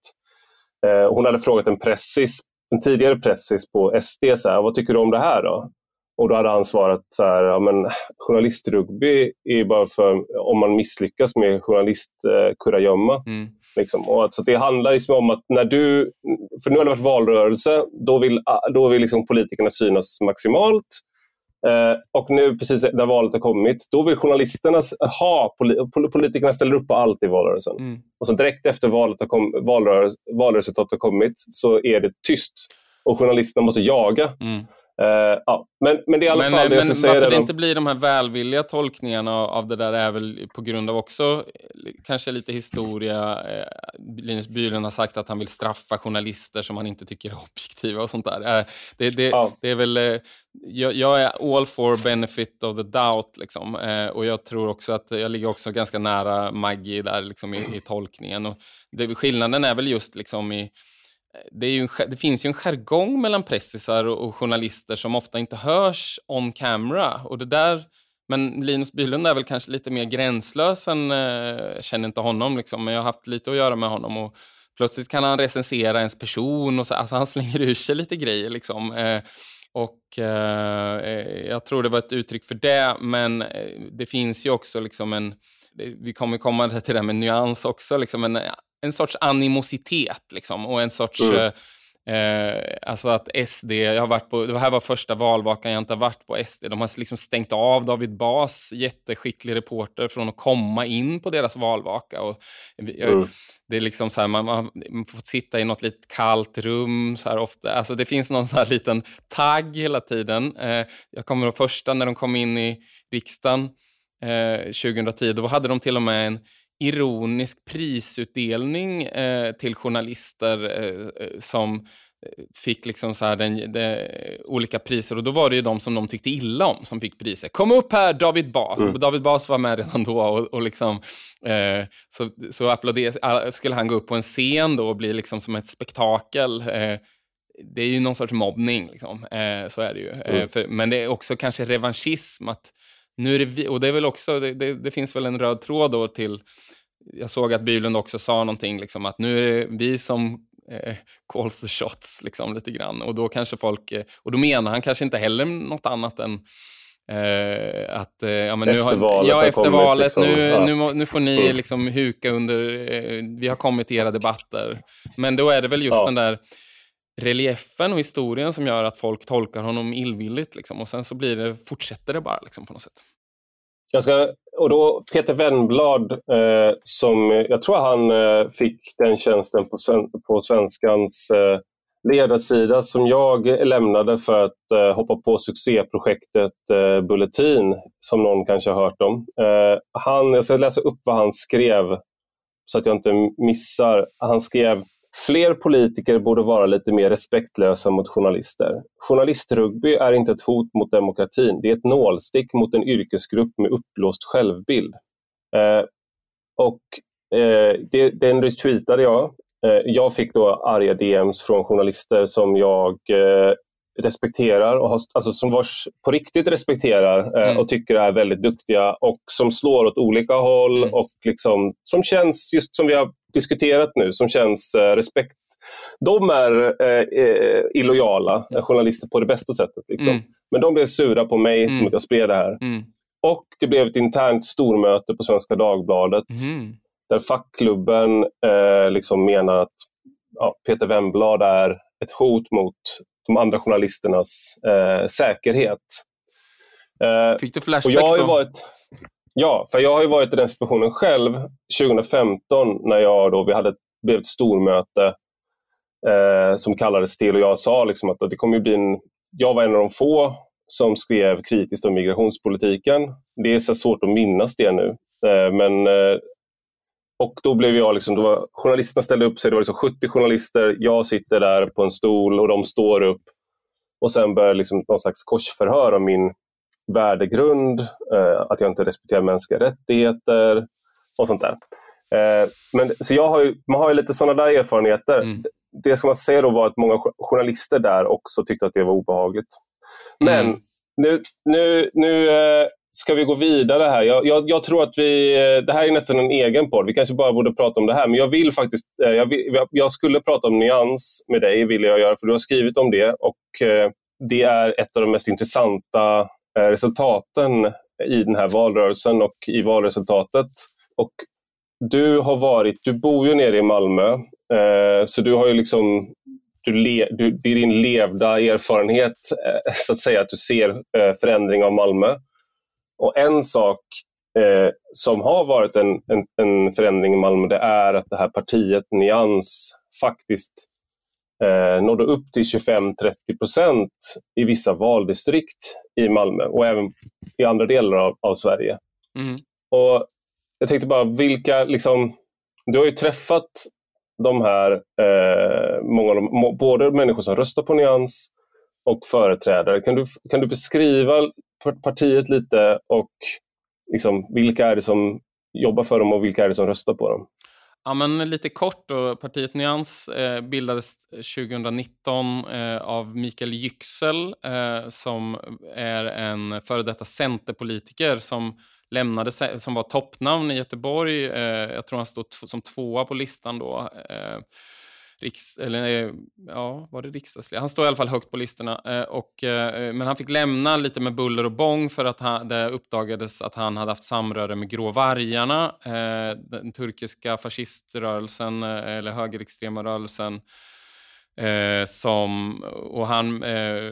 eh, hon hade frågat en pressis, en tidigare pressis på S D, så här, vad tycker du om det här då? Och då hade han svarat så här, ja, men journalistrugby är bara för om man misslyckas med journalistkurragömma. Eh, mm. Liksom. Och alltså, det handlar liksom om att när du, för nu har det varit valrörelse, då vill, då vill liksom politikerna synas maximalt. Eh, och nu precis när valet har kommit, då vill journalisterna ha, politikerna ställer upp på allt i valrörelsen. Mm. Och så direkt efter valet har kom, valrörelse, valresultatet har kommit så är det tyst. Och journalisterna måste jaga. Mm. Uh, ja, men, men det är i alla
men,
fall det
men,
jag ska säga.
Varför det
de...
inte blir de här välvilliga tolkningarna av det där är väl på grund av också kanske lite historia. Linus Bylund har sagt att han vill straffa journalister som han inte tycker är objektiva och sånt där. Det, det, ja. det är väl, jag, jag är all for benefit of the doubt liksom. Och jag tror också att jag ligger också ganska nära Maggie där liksom i, i tolkningen. Och det, skillnaden är väl just liksom i Det, är ju en, det finns ju en jargong mellan pressisar och, och journalister som ofta inte hörs on camera. Och det där, men Linus Bylund är väl kanske lite mer gränslös än, eh, känner inte honom liksom, men jag har haft lite att göra med honom. Och plötsligt kan han recensera ens person och så, alltså han slänger ur sig lite grejer liksom. Eh, och eh, jag tror det var ett uttryck för det, men det finns ju också liksom en, vi kommer komma till det med nyans också, liksom en en sorts animositet liksom, och en sorts mm. eh, alltså att S D, jag har varit på, det här var första valvakan jag inte har varit på S D, de har liksom stängt av David Bas, jätteskicklig reporter, från att komma in på deras valvaka. Och jag, mm. det är liksom så här, man, man får sitta i något litet kallt rum så här ofta, alltså det finns någon så här liten tagg hela tiden. eh, jag kommer ihåg första när de kom in i riksdagen eh, tjugohundratio, då hade de till och med en ironisk prisutdelning eh, till journalister eh, som fick liksom så här den, de, olika priser, och då var det ju de som de tyckte illa om som fick priser. Kom upp här David Bas. Mm. David Bas var med redan då och, och liksom eh, så, så applåder, skulle han gå upp på en scen då och bli liksom som ett spektakel. Eh, det är ju någon sorts mobbning liksom. Eh, så är det ju. Mm. Eh, för, men det är också kanske revanschism att nu är det vi, och det är väl också, det, det, det finns väl en röd tråd då till, jag såg att Bylund också sa någonting liksom, att nu är det vi som eh, calls the shots liksom lite grann, och då kanske folk, eh, och då menar han kanske inte heller något annat än eh, att eh, ja, men nu
efter
har,
valet,
ja, efter kommit, valet liksom, nu,
ja.
nu, nu får ni liksom huka under, eh, vi har kommit till era debatter, men då är det väl just ja. den där reliefen och historien som gör att folk tolkar honom illvilligt liksom, och sen så blir det, fortsätter det bara liksom på något sätt.
Jag ska, och då Peter Wennblad eh, som jag tror han eh, fick den tjänsten på, på Svenskans eh, ledarsida som jag lämnade för att eh, hoppa på succéprojektet eh, Bulletin, som någon kanske har hört om. Eh, han, jag ska läsa upp vad han skrev så att jag inte missar. Han skrev: fler politiker borde vara lite mer respektlösa mot journalister. Journalistrugby är inte ett hot mot demokratin. Det är ett nålstick mot en yrkesgrupp med uppblåst självbild. Eh, och eh, det, den retweetade jag. Eh, jag fick då arga D Ms från journalister som jag eh, respekterar, och har, alltså som vars på riktigt respekterar eh, mm. och tycker är väldigt duktiga, och som slår åt olika håll mm. och liksom, som känns, just som vi har diskuterat nu, som känns eh, respekt. De är eh, illojala mm. journalister på det bästa sättet. Liksom. Mm. Men de blev sura på mig mm. som att jag spred det här. Mm. Och det blev ett internt stormöte på Svenska Dagbladet mm. där fackklubben eh, liksom menar att ja, Peter Wennblad är ett hot mot de andra journalisternas eh, säkerhet.
Eh, Fick du flashbacks
och jag har ju
då?
Varit, ja, för jag har ju varit i den situationen själv tjugohundrafemton när jag då, vi hade blev ett stormöte eh, som kallades till, och jag sa liksom att det kommer bli en, jag var en av de få som skrev kritiskt om migrationspolitiken. Det är så svårt att minnas det nu. Eh, men eh, och då blev jag liksom, då var, journalisterna ställde upp sig, det var liksom sjuttio journalister, jag sitter där på en stol och de står upp, och sen börjar liksom någon slags korsförhör om min värdegrund, eh, att jag inte respekterar mänskliga rättigheter och sånt där. Eh, men, så jag har ju, man har ju lite sådana där erfarenheter. Mm. Det som man säger då var att många journalister där också tyckte att det var obehagligt. Men mm. nu, nu, nu eh, ska vi gå vidare här. Jag, jag, jag tror att vi, det här är nästan en egen podd. Vi kanske bara borde prata om det här. Men jag vill faktiskt, jag, vill, jag skulle prata om nyans med dig, vill jag göra. För du har skrivit om det. Och eh, det är ett av de mest intressanta eh, resultaten i den här valrörelsen och i valresultatet. Och du har varit, du bor ju nere i Malmö. Eh, så du har ju liksom, du le, du, det är din levda erfarenhet eh, så att säga att du ser eh, förändring av Malmö. Och en sak eh, som har varit en, en, en förändring i Malmö, det är att det här partiet Nyans faktiskt eh, nådde upp till tjugofem till trettio procent i vissa valdistrikt i Malmö och även i andra delar av, av Sverige.
Mm.
Och jag tänkte bara, vilka liksom, du har ju träffat de här, eh, många av dem, både människor som röstar på Nyans och företrädare. Kan du, kan du beskriva partiet lite och liksom, vilka är det som jobbar för dem och vilka är det som röstar på dem?
Ja, men lite kort då. Partiet Nyans eh, bildades tjugonitton eh, av Mikael Yüksel eh, som är en före detta centerpolitiker som lämnade, som var toppnamn i Göteborg. Eh, jag tror han stod t- som tvåa på listan då. Eh, riks, eller, ja, var det riksdagslig? Han står i alla fall högt på listorna. Eh, och, eh, men han fick lämna lite med buller och bång för att han, det uppdagades att han hade haft samröre med Grå vargarna. Eh, den turkiska fasciströrelsen, eh, eller högerextrema rörelsen. Eh, som, och han... Eh,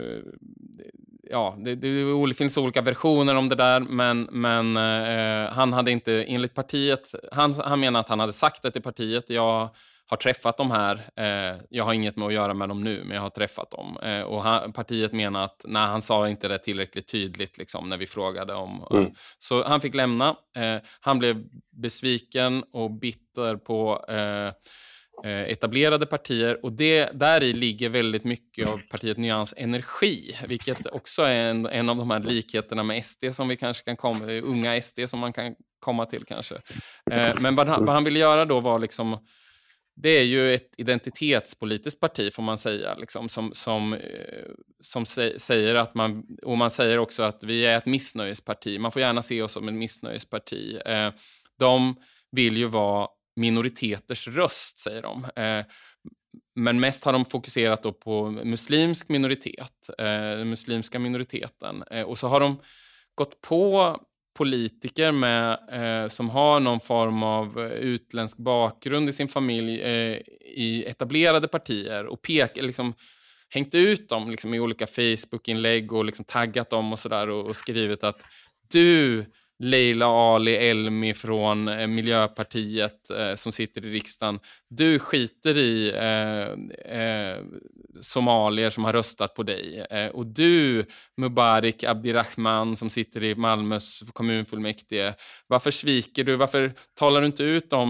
Ja, det, det finns olika versioner om det där, men, men eh, han hade inte, enligt partiet, han, han menar att han hade sagt det till partiet, jag har träffat dem här, eh, jag har inget med att göra med dem nu, men jag har träffat dem. Eh, och han, partiet menar att nej, han sa inte det tillräckligt tydligt liksom, när vi frågade om. Mm. Så han fick lämna, eh, han blev besviken och bitter på... Eh, etablerade partier, och det, där i ligger väldigt mycket av partiet Nyans energi, vilket också är en, en av de här likheterna med S D som vi kanske kan komma, unga S D som man kan komma till kanske. Eh, men vad han, vad han ville göra då var liksom, det är ju ett identitetspolitiskt parti får man säga, liksom, som, som, som säger att man, och man säger också att vi är ett missnöjesparti, man får gärna se oss som ett missnöjesparti. Eh, de vill ju vara minoriteters röst, säger de. Eh, men mest har de fokuserat då på muslimsk minoritet, eh, den muslimska minoriteten. Eh, och så har de gått på politiker med, eh, som har någon form av utländsk bakgrund i sin familj eh, i etablerade partier och pek, liksom, hängt ut dem liksom, i olika Facebook-inlägg och liksom, taggat dem och sådär och, och skrivit att du... Leila Ali Elmi från eh, Miljöpartiet eh, som sitter i riksdagen. Du skiter i eh, eh, somalier som har röstat på dig. Eh, och du, Mubarak Abdirahman som sitter i Malmös kommunfullmäktige. Varför sviker du? Varför talar du inte ut om...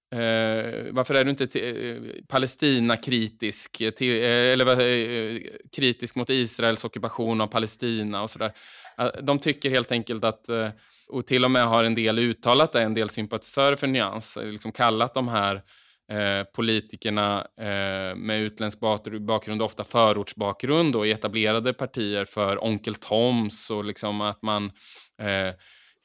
Eh, varför är du inte t- eh, Palestina-kritisk till, eh, eller eh, kritisk mot Israels ockupation av Palestina och sådär. Eh, de tycker helt enkelt att... Eh, och till och med har en del uttalat det, en del sympatisörer för Nyans, liksom kallat de här eh, politikerna eh, med utländsk bakgrund, ofta förortsbakgrund och i etablerade partier för Onkel Toms och liksom att man eh,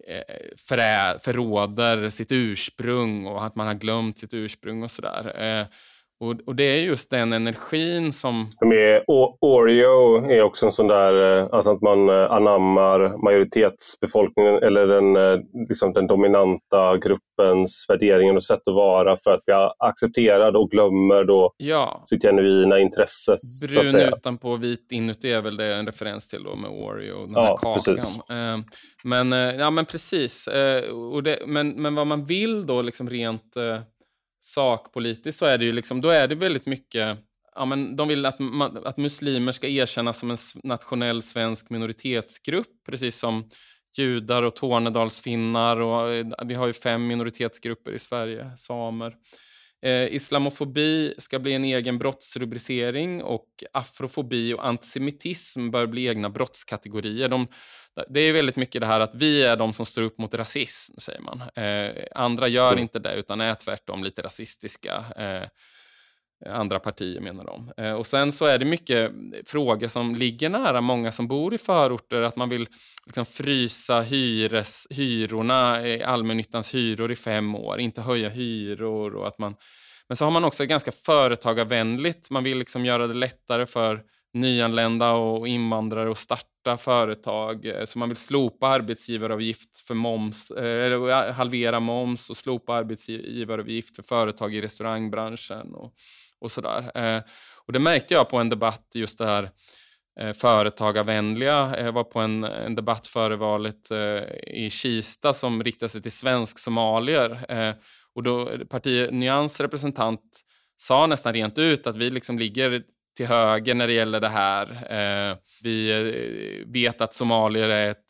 förä, förråder sitt ursprung och att man har glömt sitt ursprung och sådär. Eh, Och, och det är just den energin som... Med
Oreo är också en sån där, alltså att man anammar majoritetsbefolkningen eller den, liksom den dominanta gruppens värderingen och sätt att vara för att bli accepterad och glömmer då
ja.
sitt genuina intresse.
Brun så utanpå, vit inuti är väl det en referens till då med Oreo, den ja, här kakan. Precis. Eh, men, ja, men precis. Eh, och det, men, men vad man vill då liksom rent... Eh, sakpolitiskt så är det ju liksom, då är det väldigt mycket, ja men de vill att, man, att muslimer ska erkännas som en nationell svensk minoritetsgrupp, precis som judar och tornedalsfinnar och vi har ju fem minoritetsgrupper i Sverige, samer. Eh, islamofobi ska bli en egen brottsrubricering och afrofobi och antisemitism bör bli egna brottskategorier. De, det är väldigt mycket det här att vi är de som står upp mot rasism, säger man. Eh, andra gör mm. inte det utan är tvärtom lite rasistiska. Eh, andra partier menar de. Eh, och sen så är det mycket frågor som ligger nära många som bor i förorter, att man vill liksom frysa hyres, hyrorna, eh, allmännyttans hyror i fem år, inte höja hyror och att man... Men så har man också ganska företagarvänligt, man vill liksom göra det lättare för nyanlända och invandrare att starta företag, så man vill slopa arbetsgivaravgift för moms, eller halvera moms och slopa arbetsgivaravgift för företag i restaurangbranschen och, och sådär. Eh, och det märkte jag på en debatt, just det här eh, företagarvänliga. Jag var på en, en debatt före valet eh, i Kista som riktade sig till svensk-somalier. Eh, och då partiet Nyans representant sa nästan rent ut att vi liksom ligger till höger när det gäller det här. Eh, vi eh, vet att somalier är ett...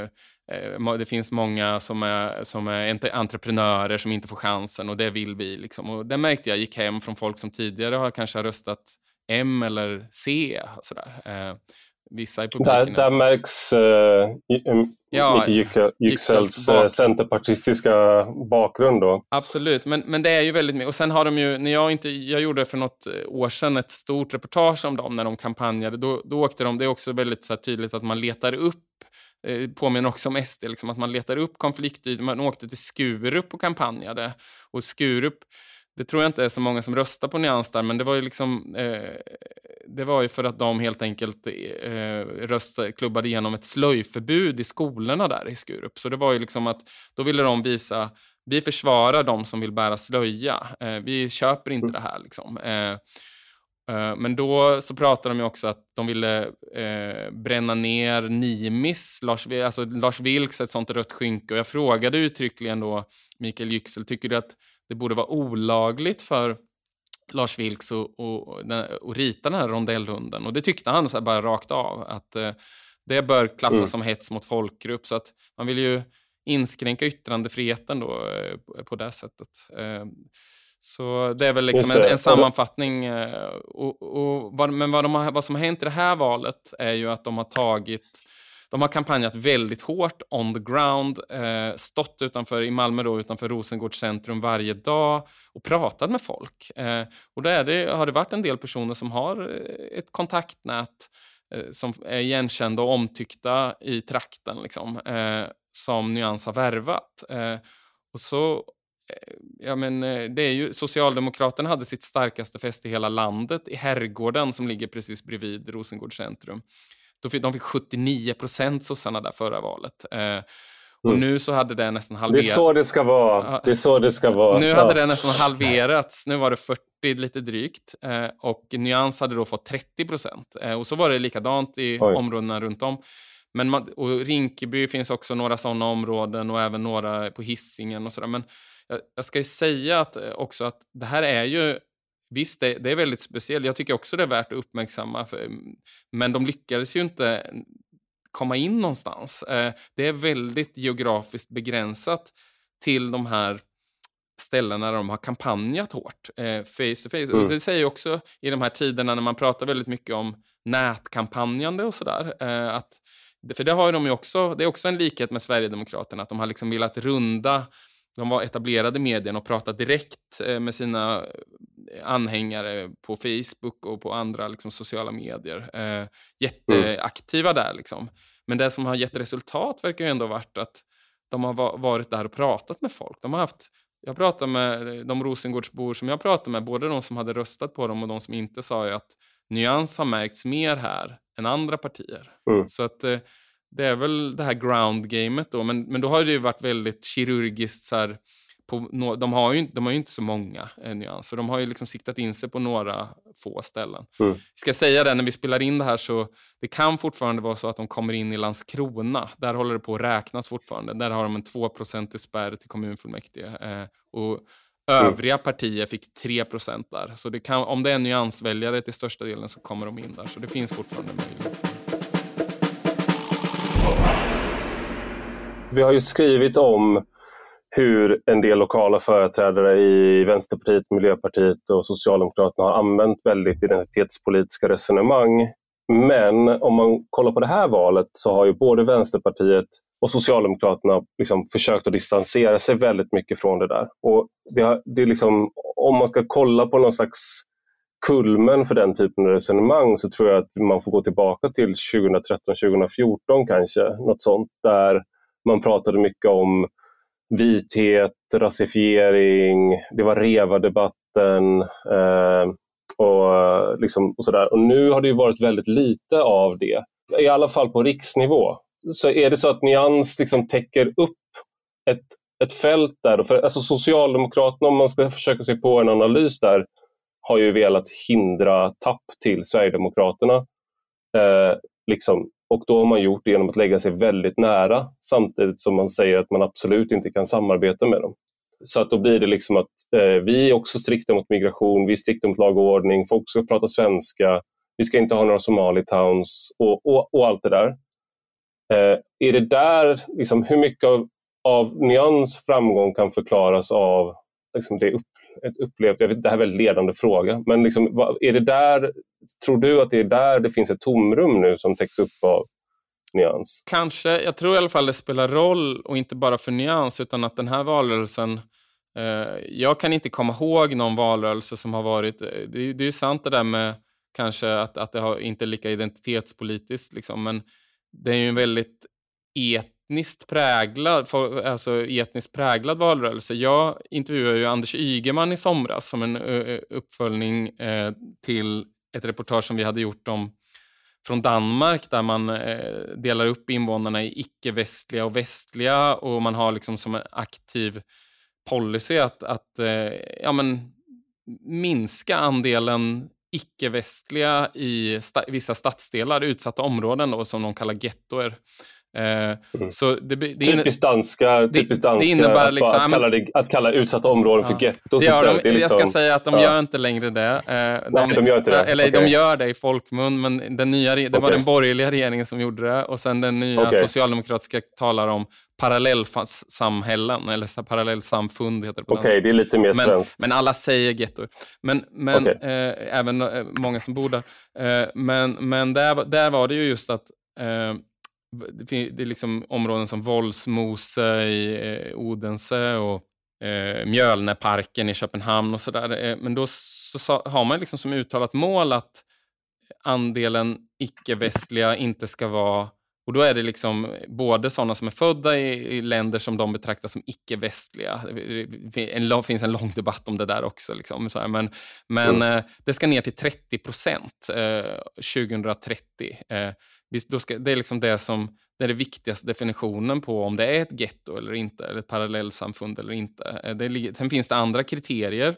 Eh, det finns många som är, som är entreprenörer som inte får chansen, och det vill vi. Liksom. Och det märkte jag gick hem från folk som tidigare har kanske röstat M eller C. Och sådär. Eh, vissa i
där, där märks uh, ja, Micke Yüksels uh, centerpartistiska bakgrund då.
Absolut, men, men det är ju väldigt mycket. Och sen har de ju, när jag inte, jag gjorde för något år sedan ett stort reportage om dem när de kampanjade, då, då åkte de, det är också väldigt så här, tydligt att man letar upp, eh, påminner också om S D, liksom, att man letar upp konfliktytor. Man åkte till Skurup och kampanjade, och Skurup, det tror jag inte är så många som röstar på Nyans där, men det var ju liksom eh, det var ju för att de helt enkelt eh, röstade, klubbade igenom ett slöjförbud i skolorna där i Skurup. Så det var ju liksom att då ville de visa, vi försvarar de som vill bära slöja. Eh, vi köper inte det här liksom. Eh, eh, men då så pratade de ju också att de ville eh, bränna ner Nimis, Lars, alltså Lars Vilks, ett sånt rött skynke. Och jag frågade uttryckligen då Mikael Yüksel, tycker du att det borde vara olagligt för Lars Vilks och, och, och rita den här rondellhunden? Och det tyckte han så här bara rakt av, att eh, det bör klassas mm. som hets mot folkgrupp. Så att man vill ju inskränka yttrandefriheten då eh, på det sättet. Eh, så det är väl liksom en, en sammanfattning. Eh, och, och vad, men vad, de har, vad som har hänt i det här valet är ju att de har tagit... De har kampanjat väldigt hårt on the ground, eh, stått utanför i Malmö då, utanför Rosengårds centrum varje dag och pratat med folk. Eh, och där är det, har det varit en del personer som har ett kontaktnät eh, som är igenkända och omtyckta i trakten liksom, eh, som Nyans har värvat. Eh, och så, eh, ja men det är ju, Socialdemokraterna hade sitt starkaste fest i hela landet i Herrgården som ligger precis bredvid Rosengårds centrum. De fick sjuttionio procent sossarna där förra valet. Eh, och mm. nu så hade det nästan halverats.
Det är så det ska vara. Det är så det ska vara.
Nu hade ja. det nästan halverats. Nu var det fyrtio lite drygt. Eh, och Nyans hade då fått trettio procent. Eh, och så var det likadant i Oj. områdena runt om. Men man, och Rinkeby finns också några sådana områden och även några på Hisingen och sådär. Men jag, jag ska ju säga att, också att det här är ju... Visst, det, det är väldigt speciellt. Jag tycker också det är värt att uppmärksamma. För, men de lyckades ju inte komma in någonstans. Eh, det är väldigt geografiskt begränsat till de här ställena där de har kampanjat hårt. Eh, face to face. Mm. Och det säger också i de här tiderna när man pratar väldigt mycket om nätkampanjande och sådär. Eh, att, för det har de ju också, det är också en likhet med Sverigedemokraterna. Att de har liksom velat runda... De var etablerade medien och pratade direkt med sina anhängare på Facebook och på andra liksom, sociala medier. Eh, jätteaktiva mm. där liksom. Men det som har gett resultat verkar ju ändå varit att de har varit där och pratat med folk. De har haft, jag pratar med de Rosengårdsbor som jag pratar med, både de som hade röstat på dem och de som inte, sa ju att Nyans har märkts mer här än andra partier. Mm. Så att eh, det är väl det här ground-gamet då. Men, men då har det ju varit väldigt kirurgiskt så här, på no, de, har ju, de har ju inte så många eh, nyanser. De har ju liksom siktat in sig på några få ställen. Mm. Ska jag säga det, när vi spelar in det här så det kan fortfarande vara så att de kommer in i Landskrona. Där håller det på att räknas fortfarande. Där har de en två procent spärr till kommunfullmäktige. Eh, och övriga mm. partier fick tre procent där. Så det kan, om det är nyansväljare till största delen så kommer de in där. Så det finns fortfarande möjlighet.
Vi har ju skrivit om hur en del lokala företrädare i Vänsterpartiet, Miljöpartiet och Socialdemokraterna har använt väldigt identitetspolitiska resonemang. Men om man kollar på det här valet så har ju både Vänsterpartiet och Socialdemokraterna liksom försökt att distansera sig väldigt mycket från det där. Och det har, det är liksom, om man ska kolla på någon slags kulmen för den typen av resonemang så tror jag att man får gå tillbaka till tjugohundratretton tjugofjorton kanske, något sånt, där man pratade mycket om vithet, rasifiering, det var Reva-debatten eh, och, liksom, och sådär. Och nu har det ju varit väldigt lite av det. I alla fall på riksnivå. Så är det så att Nyans liksom täcker upp ett, ett fält där. För, alltså Socialdemokraterna, om man ska försöka sig på en analys där, har ju velat hindra tapp till Sverigedemokraterna. Eh, liksom. Och då har man gjort det genom att lägga sig väldigt nära, samtidigt som man säger att man absolut inte kan samarbeta med dem. Så att då blir det liksom att eh, vi är också strikta mot migration, vi är strikta mot lag och ordning, folk ska prata svenska. vi ska inte ha några Somali towns och, och, och allt det där. Eh, är det där, liksom, hur mycket av, av Nyans framgång kan förklaras av liksom, det upp, ett upplevt, jag vet, det här är en väldigt ledande fråga, men liksom, vad, är det där, tror du att det är där det finns ett tomrum nu som täcks upp av Nyans?
Kanske, jag tror i alla fall det spelar roll, och inte bara för Nyans, utan att den här valrörelsen, eh, jag kan inte komma ihåg någon valrörelse som har varit, det, det är ju sant det där med kanske att, att det har inte lika identitetspolitiskt liksom, men det är ju en väldigt etniskt präglad, alltså etniskt präglad valrörelse. Jag intervjuade ju Anders Ygeman i somras som en uh, uppföljning uh, till ett reportage som vi hade gjort om från Danmark, där man uh, delar upp invånarna i icke-västliga och västliga, och man har liksom som en aktiv policy att, att uh, ja, men, minska andelen icke-västliga i sta- vissa stadsdelar, utsatta områden då, som de kallar gettoer. Eh, mm. så det, det
typiskt danska, typiskt danska
det innebär
att,
liksom,
att, kalla det, att kalla utsatta områden ja. för gettos istället.
De,
liksom,
jag ska säga att de ja. gör inte längre det. Eh,
Nej, de, de gör inte det.
Eller
okay.
de gör det i folkmun, men den nya, det okay. var den borgerliga regeringen som gjorde det, och sen den nya okay. socialdemokratiska talar om parallellsamhällen, eller parallellsamfund heter det på
Okej, okay, det är lite mer
men,
svenskt.
Men alla säger gettor. Men, men okay. eh, även eh, många som bor där. Eh, men men där, där var det ju just att eh, det är liksom områden som Voldsmose i eh, Odense och eh, Mjölneparken i Köpenhamn och sådär. Eh, men då så, så har man liksom som uttalat mål att andelen icke-västliga inte ska vara, och då är det liksom både sådana som är födda i, i länder som de betraktar som icke-västliga. Det finns en lång debatt om det där också. Liksom, så här. Men, men mm. eh, det ska ner till trettio procent eh, tjugohundratrettio. Eh, då ska, det är liksom det som det är det viktigaste definitionen på om det är ett getto eller inte, eller ett parallellsamfund eller inte. Eh, det, sen finns det andra kriterier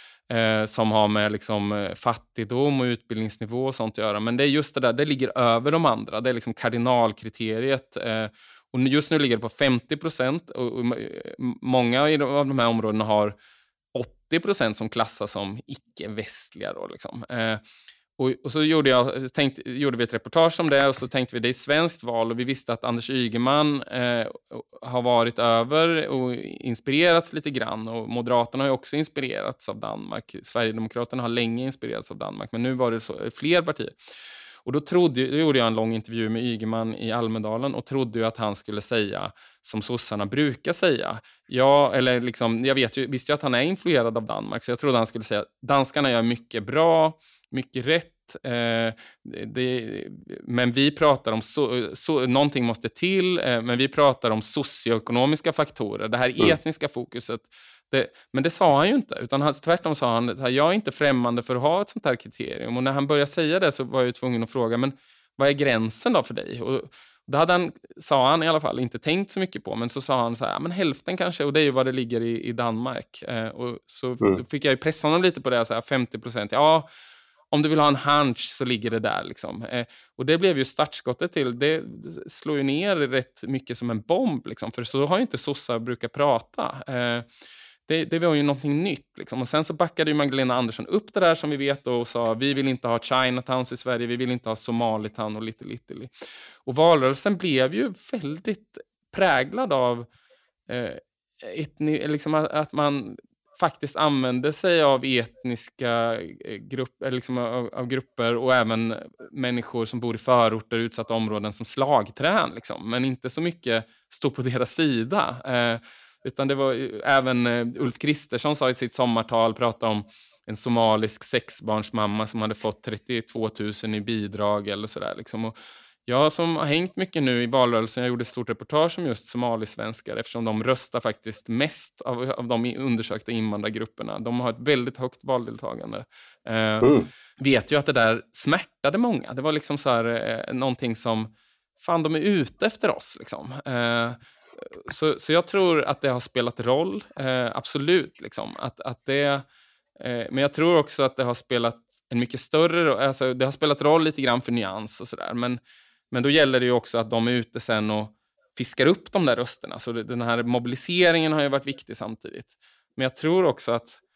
eh, som har med liksom, fattigdom och utbildningsnivå och sånt att göra. Men det är just det där, det ligger över de andra. Det är liksom kardinalkriteriet. Eh, och just nu ligger det på femtio procent. Och, och många av de här områdena har åttio procent som klassas som icke-västliga. Då, liksom. eh, och, och så gjorde, jag, tänkte, gjorde vi ett reportage om det, och så tänkte vi det är svenskt val, och vi visste att Anders Ygeman eh, har varit över och inspirerats lite grann, och Moderaterna har ju också inspirerats av Danmark. Sverigedemokraterna har länge inspirerats av Danmark, men nu var det så, fler partier. Och då, trodde, då gjorde jag en lång intervju med Ygeman i Almedalen och trodde ju att han skulle säga som sossarna brukar säga. Ja, eller liksom, jag vet ju, visste ju att han är influerad av Danmark, så jag trodde han skulle säga danskarna gör mycket bra, mycket rätt. Eh, det, men vi pratar om so, so, någonting måste till, eh, men vi pratar om socioekonomiska faktorer, det här mm. etniska fokuset. Det, men det sa han ju inte, utan han, tvärtom sa han att jag är inte främmande för att ha ett sånt här kriterium. Och när han började säga det så var jag ju tvungen att fråga, men vad är gränsen då för dig? Och det hade han, sa han i alla fall, inte tänkt så mycket på, men så sa han så här, ja, men hälften kanske, och det är ju vad det ligger i, i Danmark. Eh, och så mm. fick jag ju pressa honom lite på det, så här, femtio procent, ja, om du vill ha en hunch så ligger det där liksom. Eh, och det blev ju startskottet till, det slår ju ner rätt mycket som en bomb liksom, för så har ju inte sossar brukar prata. Eh, Det, det var ju någonting nytt. Liksom. Och sen så backade ju Magdalena Andersson upp det där som vi vet och sa vi vill inte ha Chinatowns i Sverige, vi vill inte ha Somalitown och lite, lite, lite. Och valrörelsen blev ju väldigt präglad av eh, etni, liksom att, att man faktiskt använde sig av etniska grupper, liksom av, av grupper och även människor som bor i förorter, utsatta områden som slagträn. Liksom. Men inte så mycket stod på deras sida. Eh, Utan det var även Ulf Kristersson sa i sitt sommartal, pratade om en somalisk sexbarnsmamma som hade fått trettiotvå tusen i bidrag eller sådär. Liksom. Och jag som har hängt mycket nu i valrörelsen, jag gjorde ett stort reportage om just somalisvenskar eftersom de röstar faktiskt mest av, av de undersökta invandrargrupperna. De har ett väldigt högt valdeltagande. Eh, mm. Vet ju att det där smärtade många. Det var liksom så här, eh, någonting som, fan de är ute efter oss liksom. Eh, Så, så jag tror att det har spelat roll, eh, absolut. Liksom, att, att det, eh, men jag tror också att det har spelat en mycket större, alltså det har spelat roll lite grann för nyans och sådär. Men, men då gäller det ju också att de är ute sen och fiskar upp de där rösterna. Så det, den här mobiliseringen har ju varit viktig samtidigt. Men jag tror också att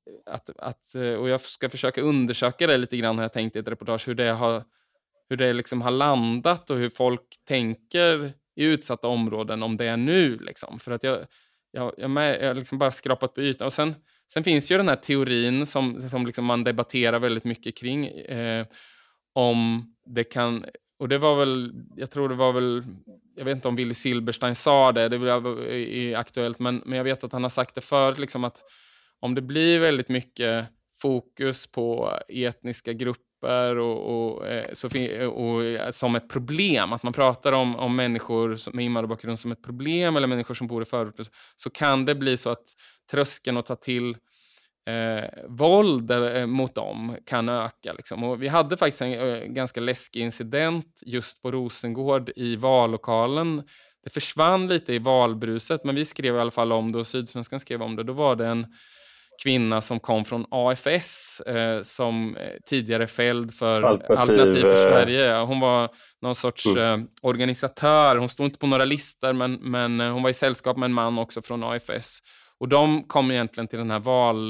att, att, och jag ska försöka undersöka det lite grann, har jag tänkt i ett reportage, hur det har, hur det liksom har landat och hur folk tänker i utsatta områden om det är nu. Liksom. För att jag, jag, jag, jag har liksom bara skrapat på ytan. Och sen, sen finns ju den här teorin som, som liksom man debatterar väldigt mycket kring. Eh, om det kan... Och det var väl, jag tror det var väl, jag vet inte om Willy Silberstein sa det, det är aktuellt, men, men jag vet att han har sagt det förut, liksom att om det blir väldigt mycket fokus på etniska grupper och, och, så, och som ett problem, att man pratar om, om människor med invandrarbakgrund som ett problem eller människor som bor i förorter, så kan det bli så att tröskeln att ta till Eh, våld eh, mot dem kan öka. Liksom. Och vi hade faktiskt en eh, ganska läskig incident just på Rosengård i vallokalen. Det försvann lite i valbruset, men vi skrev i alla fall om det och Sydsvenskan skrev om det. Då var det en kvinna som kom från A F S eh, som tidigare fälld för Alternativ, Alternativ för Sverige. Hon var någon sorts mm. eh, organisatör. Hon stod inte på några listor, men, men hon var i sällskap med en man också från A F S. Och de kom egentligen till den här val,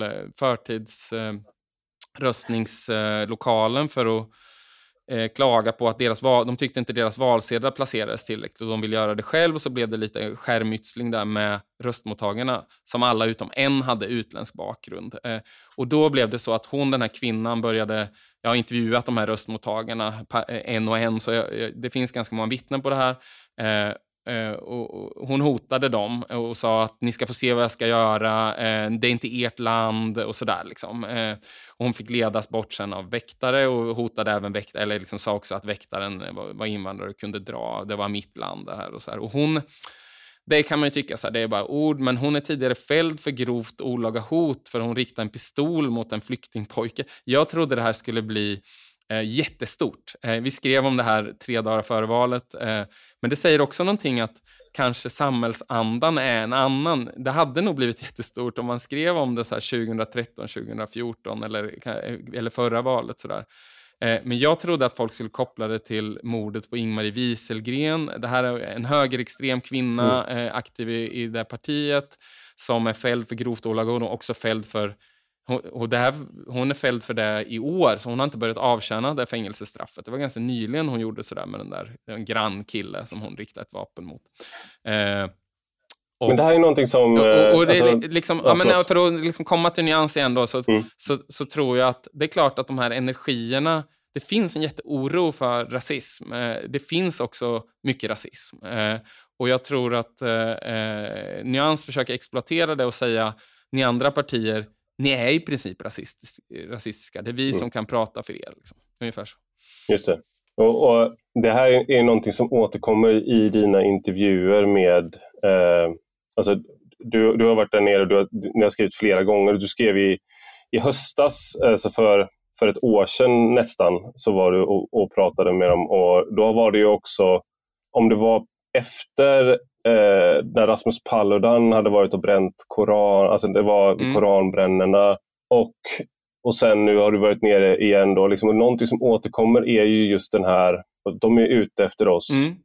förtidsröstningslokalen eh, för att eh, klaga på att deras val, de tyckte inte deras valsedlar placerades tillräckligt och de ville göra det själv, och så blev det lite skärmytsling där med röstmottagarna som alla utom en hade utländsk bakgrund. Eh, och då blev det så att hon, den här kvinnan, började, jag har intervjuat de här röstmottagarna en och en, så jag, det finns ganska många vittnen på det här. Eh, Uh, och, och hon hotade dem och sa att ni ska få se vad jag ska göra, uh, det är inte ert land och sådär liksom. Uh, och hon fick ledas bort sen av väktare och hotade även väktare, eller liksom sa också att väktaren var, var invandrare och kunde dra, det var mitt land det här och så här. Och hon, det kan man ju tycka så här, det är bara ord, men hon är tidigare fälld för grovt olaga hot för hon riktade en pistol mot en flyktingpojke. Jag trodde det här skulle bli Eh, jättestort. Eh, vi skrev om det här tre dagar före valet. Eh, men det säger också någonting att kanske samhällsandan är en annan. Det hade nog blivit jättestort om man skrev om det så här tjugohundratretton tjugohundrafjorton eller, eller förra valet. Så där. Eh, men jag trodde att folk skulle koppla det till mordet på Ingmarie Wieselgren. Det här är en högerextrem kvinna mm. eh, aktiv i, i det partiet som är fälld för grovt olaga och också fälld för Hon, och det här, hon är fälld för det i år, så hon har inte börjat avtjäna det fängelsestraffet. Det var ganska nyligen hon gjorde sådär med den där en grannkille som hon riktade ett vapen mot. Eh, och,
men det här är någonting som...
Och, och det,
alltså,
liksom, ja, men för att liksom komma till nyans igen då, så, mm. så, så tror jag att det är klart att de här energierna, det finns en jätteoro för rasism. Eh, det finns också mycket rasism. Eh, och jag tror att eh, nyans försöker exploatera det och säga, ni andra partier, ni är i princip rasistisk, rasistiska. Det är vi mm. som kan prata för er. Liksom. Ungefär så.
Just det. Och, och det här är någonting som återkommer i dina intervjuer med... Eh, alltså, du, du har varit där nere och du har, ni har skrivit flera gånger. Du skrev i, i höstas, alltså för, för ett år sedan nästan, så var du och, och pratade med dem. Och då var det ju också, om det var efter... Eh, när Rasmus Paludan hade varit och bränt koran, alltså det var mm. koranbrännarna, och, och sen nu har du varit nere igen då, liksom, och någonting som återkommer är ju just den här, de är ute efter oss mm.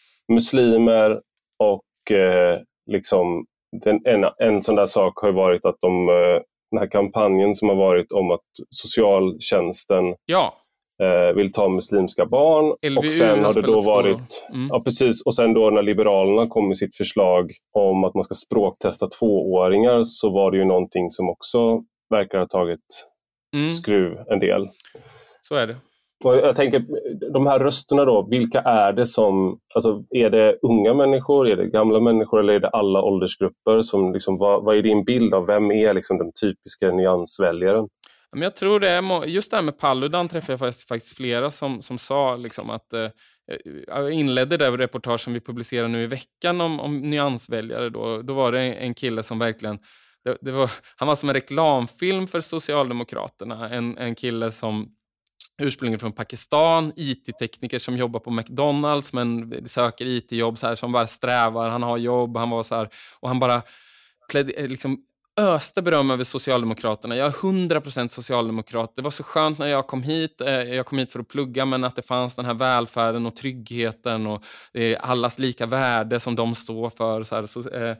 muslimer, och eh, liksom den, en, en sån där sak har varit att de, eh, den här kampanjen som har varit om att socialtjänsten
ja
Eh, vill ta muslimska barn. L V U, och sen har det då varit mm. ja, precis, och sen då när Liberalerna kom med sitt förslag om att man ska språktesta tvååringar, så var det ju någonting som också verkar ha tagit mm. skruv en del.
Så är det.
Och jag tänker, de här rösterna då, vilka är det som, alltså är det unga människor, är det gamla människor, eller är det alla åldersgrupper som liksom, vad, vad är din bild av vem är liksom den typiska nyansväljaren?
Men jag tror det är, just det här med Paludan träffade jag faktiskt, faktiskt flera som, som sa liksom att eh, jag inledde det reportage som vi publicerar nu i veckan om, om nyansväljare då, då var det en kille som verkligen det, det var, han var som en reklamfilm för Socialdemokraterna, en, en kille som ursprungligen från Pakistan, I T-tekniker som jobbar på McDonalds men söker I T-jobb så här, som bara strävar, han har jobb, han var så här, och han bara pläd, liksom öste beröm över Socialdemokraterna. Jag är hundra procent socialdemokrat. Det var så skönt när jag kom hit. Jag kom hit för att plugga, men att det fanns den här välfärden och tryggheten och allas lika värde som de står för. Så här. Så,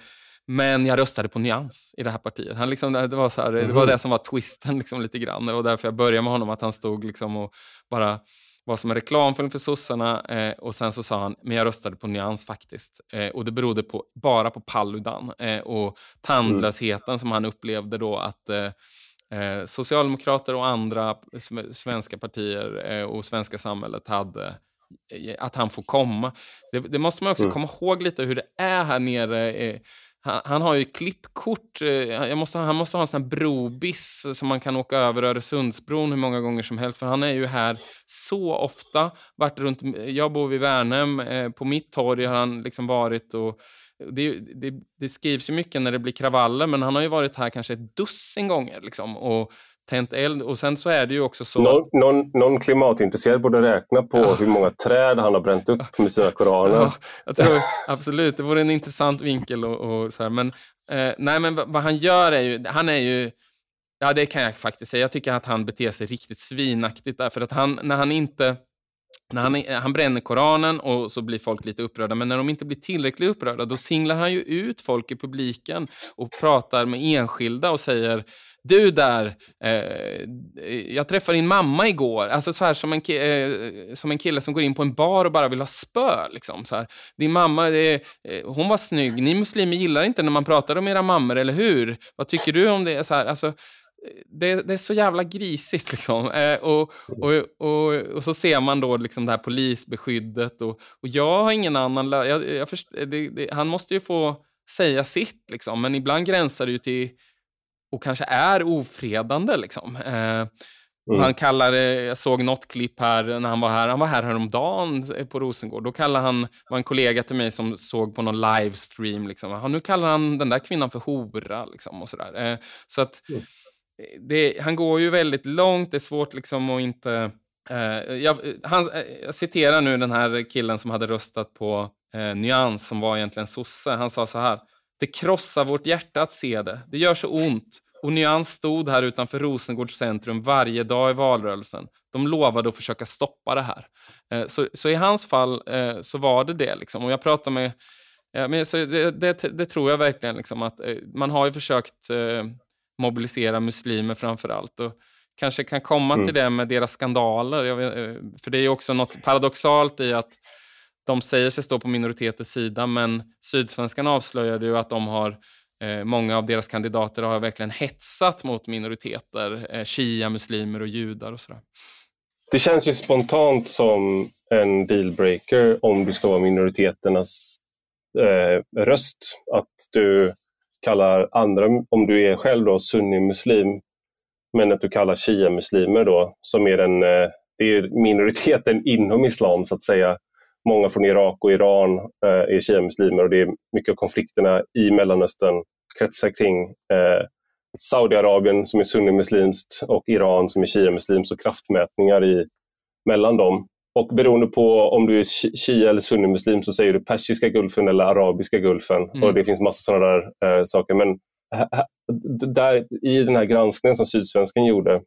Men jag röstade på Nyans i det här partiet. Han liksom, det, var så här, det var det som var twisten liksom, lite grann. Det var därför jag började med honom, att han stod liksom och bara var som en reklamfilm för sossarna. Eh, och sen så sa han, men jag röstade på Nyans faktiskt. Eh, och det berodde på, bara på Paludan eh, och tandlösheten mm. som han upplevde då att eh, eh, Socialdemokrater och andra svenska partier eh, och svenska samhället hade, att han får komma. Det, det måste man också mm. komma ihåg lite hur det är här nere. Eh, han, han har ju klippkort. Eh, jag måste, han måste ha en sån här brobiss som man kan åka över Öresundsbron hur många gånger som helst. För han är ju här så ofta. Varit runt, jag bor vid Värnhem. Eh, på mitt torg har han liksom varit. Och det, det, det skrivs ju mycket när det blir kravaller. Men han har ju varit här kanske ett dussin gånger. Liksom, och tänt eld. Och sen så är det ju också så...
Någon, någon, någon klimatintresserad borde räkna på ja. hur många träd han har bränt upp med sina koraner. Ja,
jag tror absolut. Det vore en intressant vinkel och, och så här. Men, eh, nej, men vad han gör är ju... Han är ju... Ja, det kan jag faktiskt säga. Jag tycker att han beter sig riktigt svinaktigt. Därför att han, när han inte... När han, han bränner Koranen och så blir folk lite upprörda. Men när de inte blir tillräckligt upprörda, då singlar han ju ut folk i publiken och pratar med enskilda och säger: du där, eh, jag träffade din mamma igår. Alltså så här som en, eh, som en kille som går in på en bar och bara vill ha spö. Liksom, så här. Din mamma, eh, hon var snygg. Ni muslimer gillar inte när man pratar om era mammor, eller hur? Vad tycker du om det? Så här, alltså... Det, det är så jävla grisigt liksom. Eh, och, och, och, och så ser man då liksom det här polisbeskyddet och, och jag har ingen annan lö- jag, jag först, det, det, han måste ju få säga sitt liksom, men ibland gränsar det ju till och kanske är ofredande liksom. Eh, mm. Han kallar det, jag såg något klipp här när han var här han var här häromdagen på Rosengård, då kallar han, var en kollega till mig som såg på någon livestream liksom. Nu kallar han den där kvinnan för hora liksom och sådär. Eh, så att mm. Det, han går ju väldigt långt, det är svårt liksom att inte... Eh, jag, han, jag citerar nu den här killen som hade röstat på eh, Nyans, som var egentligen sosse. Han sa så här: det krossar vårt hjärta att se det. Det gör så ont. Och Nyans stod här utanför Rosengårds centrum varje dag i valrörelsen. De lovade att försöka stoppa det här. Eh, så, så i hans fall eh, så var det det liksom. Och jag pratade med... Eh, men, så det, det, det tror jag verkligen liksom att eh, man har ju försökt... Eh, mobilisera muslimer framförallt och kanske kan komma mm. till det med deras skandaler. Jag vet, för det är ju också något paradoxalt i att de säger sig stå på minoriteters sida, men Sydsvenskan avslöjade ju att de har eh, många av deras kandidater har verkligen hetsat mot minoriteter, eh, shia, muslimer och judar och sådär.
Det känns ju spontant som en dealbreaker om du ska vara minoriteternas eh, röst, att du kallar andra, om du är själv då sunni-muslim, men att du kallar shia-muslimer då, som är den, det är minoriteten inom islam så att säga. Många från Irak och Iran eh, är shia-muslimer och det är mycket av konflikterna i Mellanöstern kretsar kring eh, Saudiarabien som är sunni-muslimskt och Iran som är shia-muslimskt och kraftmätningar i, mellan dem. Och beroende på om du är shia eller sunni-muslim så säger du persiska gulfen eller arabiska gulfen. Mm. Och det finns massa sådana där äh, saker. Men äh, där, i den här granskningen som Sydsvenskan gjorde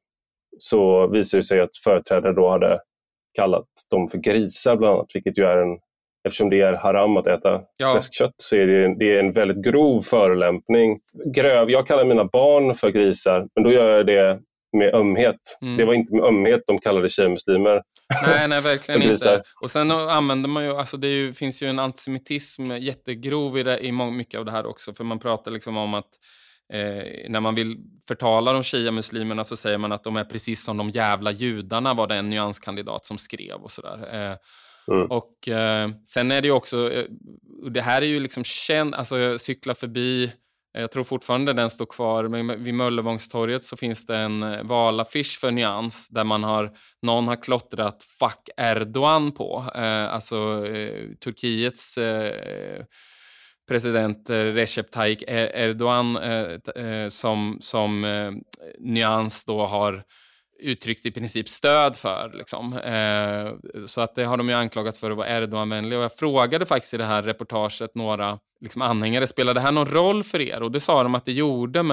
så visade det sig att företrädare då hade kallat dem för grisar bland annat. Vilket ju är en, eftersom det är haram att äta ja. fläskkött så är det, det är en väldigt grov förolämpning. Gröv, jag kallar mina barn för grisar, men då gör jag det med ömhet. Mm. Det var inte med ömhet de kallade tjejmuslimer.
Nej, nej, verkligen inte. Och sen använder man ju, alltså det är ju, finns ju en antisemitism jättegrov i, det, i många, mycket av det här också. För man pratar liksom om att eh, när man vill förtala de shia-muslimerna så säger man att de är precis som de jävla judarna, var det en nyanskandidat som skrev och sådär. Eh, mm. Och eh, sen är det ju också, eh, det här är ju liksom känd, alltså jag cyklar förbi. Jag tror fortfarande den står kvar. Men vid Möllevångstorget så finns det en valaffisch för Nyans där man har, någon har klottrat fuck Erdogan på. Eh, alltså eh, Turkiets eh, president Recep Tayyip Erdogan eh, eh, som, som eh, Nyans då har uttryckt i princip stöd för. Liksom. Eh, så att det har de ju anklagat för att vara Erdogan-vänlig. Och jag frågade faktiskt i det här reportaget några liksom, anhängare, spelade det här någon roll för er? Och det sa de att det gjorde, men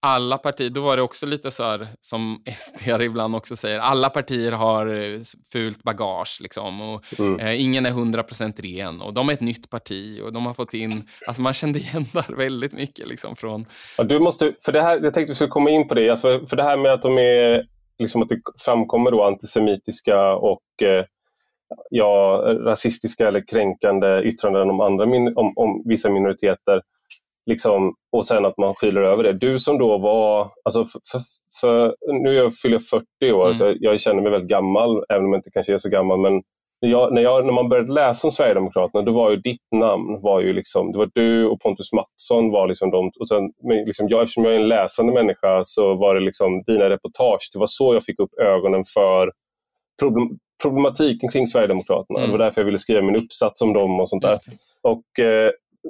alla partier, då var det också lite så här som S D ibland också säger, alla partier har fult bagage liksom, och mm. eh, ingen är hundra procent ren och de är ett nytt parti och de har fått in, alltså man kände igen där väldigt mycket liksom från...
Ja, du måste, för det här, jag tänkte vi skulle komma in på det, för, för det här med att de är, liksom att det framkommer då antisemitiska och eh, ja, rasistiska eller kränkande yttranden om, andra min, om, om vissa minoriteter. Liksom, och sen att man skyller över det. Du som då var, alltså för, för, för, nu jag fyller jag fyrtio år, mm. så jag känner mig väldigt gammal, även om jag inte kanske är så gammal, men när, jag, när, jag, när man började läsa om Sverigedemokraterna, då var ju ditt namn, var ju liksom, det var du och Pontus Mattsson var liksom de, och sen, men liksom jag, eftersom jag är en läsande människa så var det liksom dina reportage, det var så jag fick upp ögonen för problem, problematiken kring Sverigedemokraterna. Mm. Det var därför jag ville skriva min uppsats om dem och sånt där. Och eh,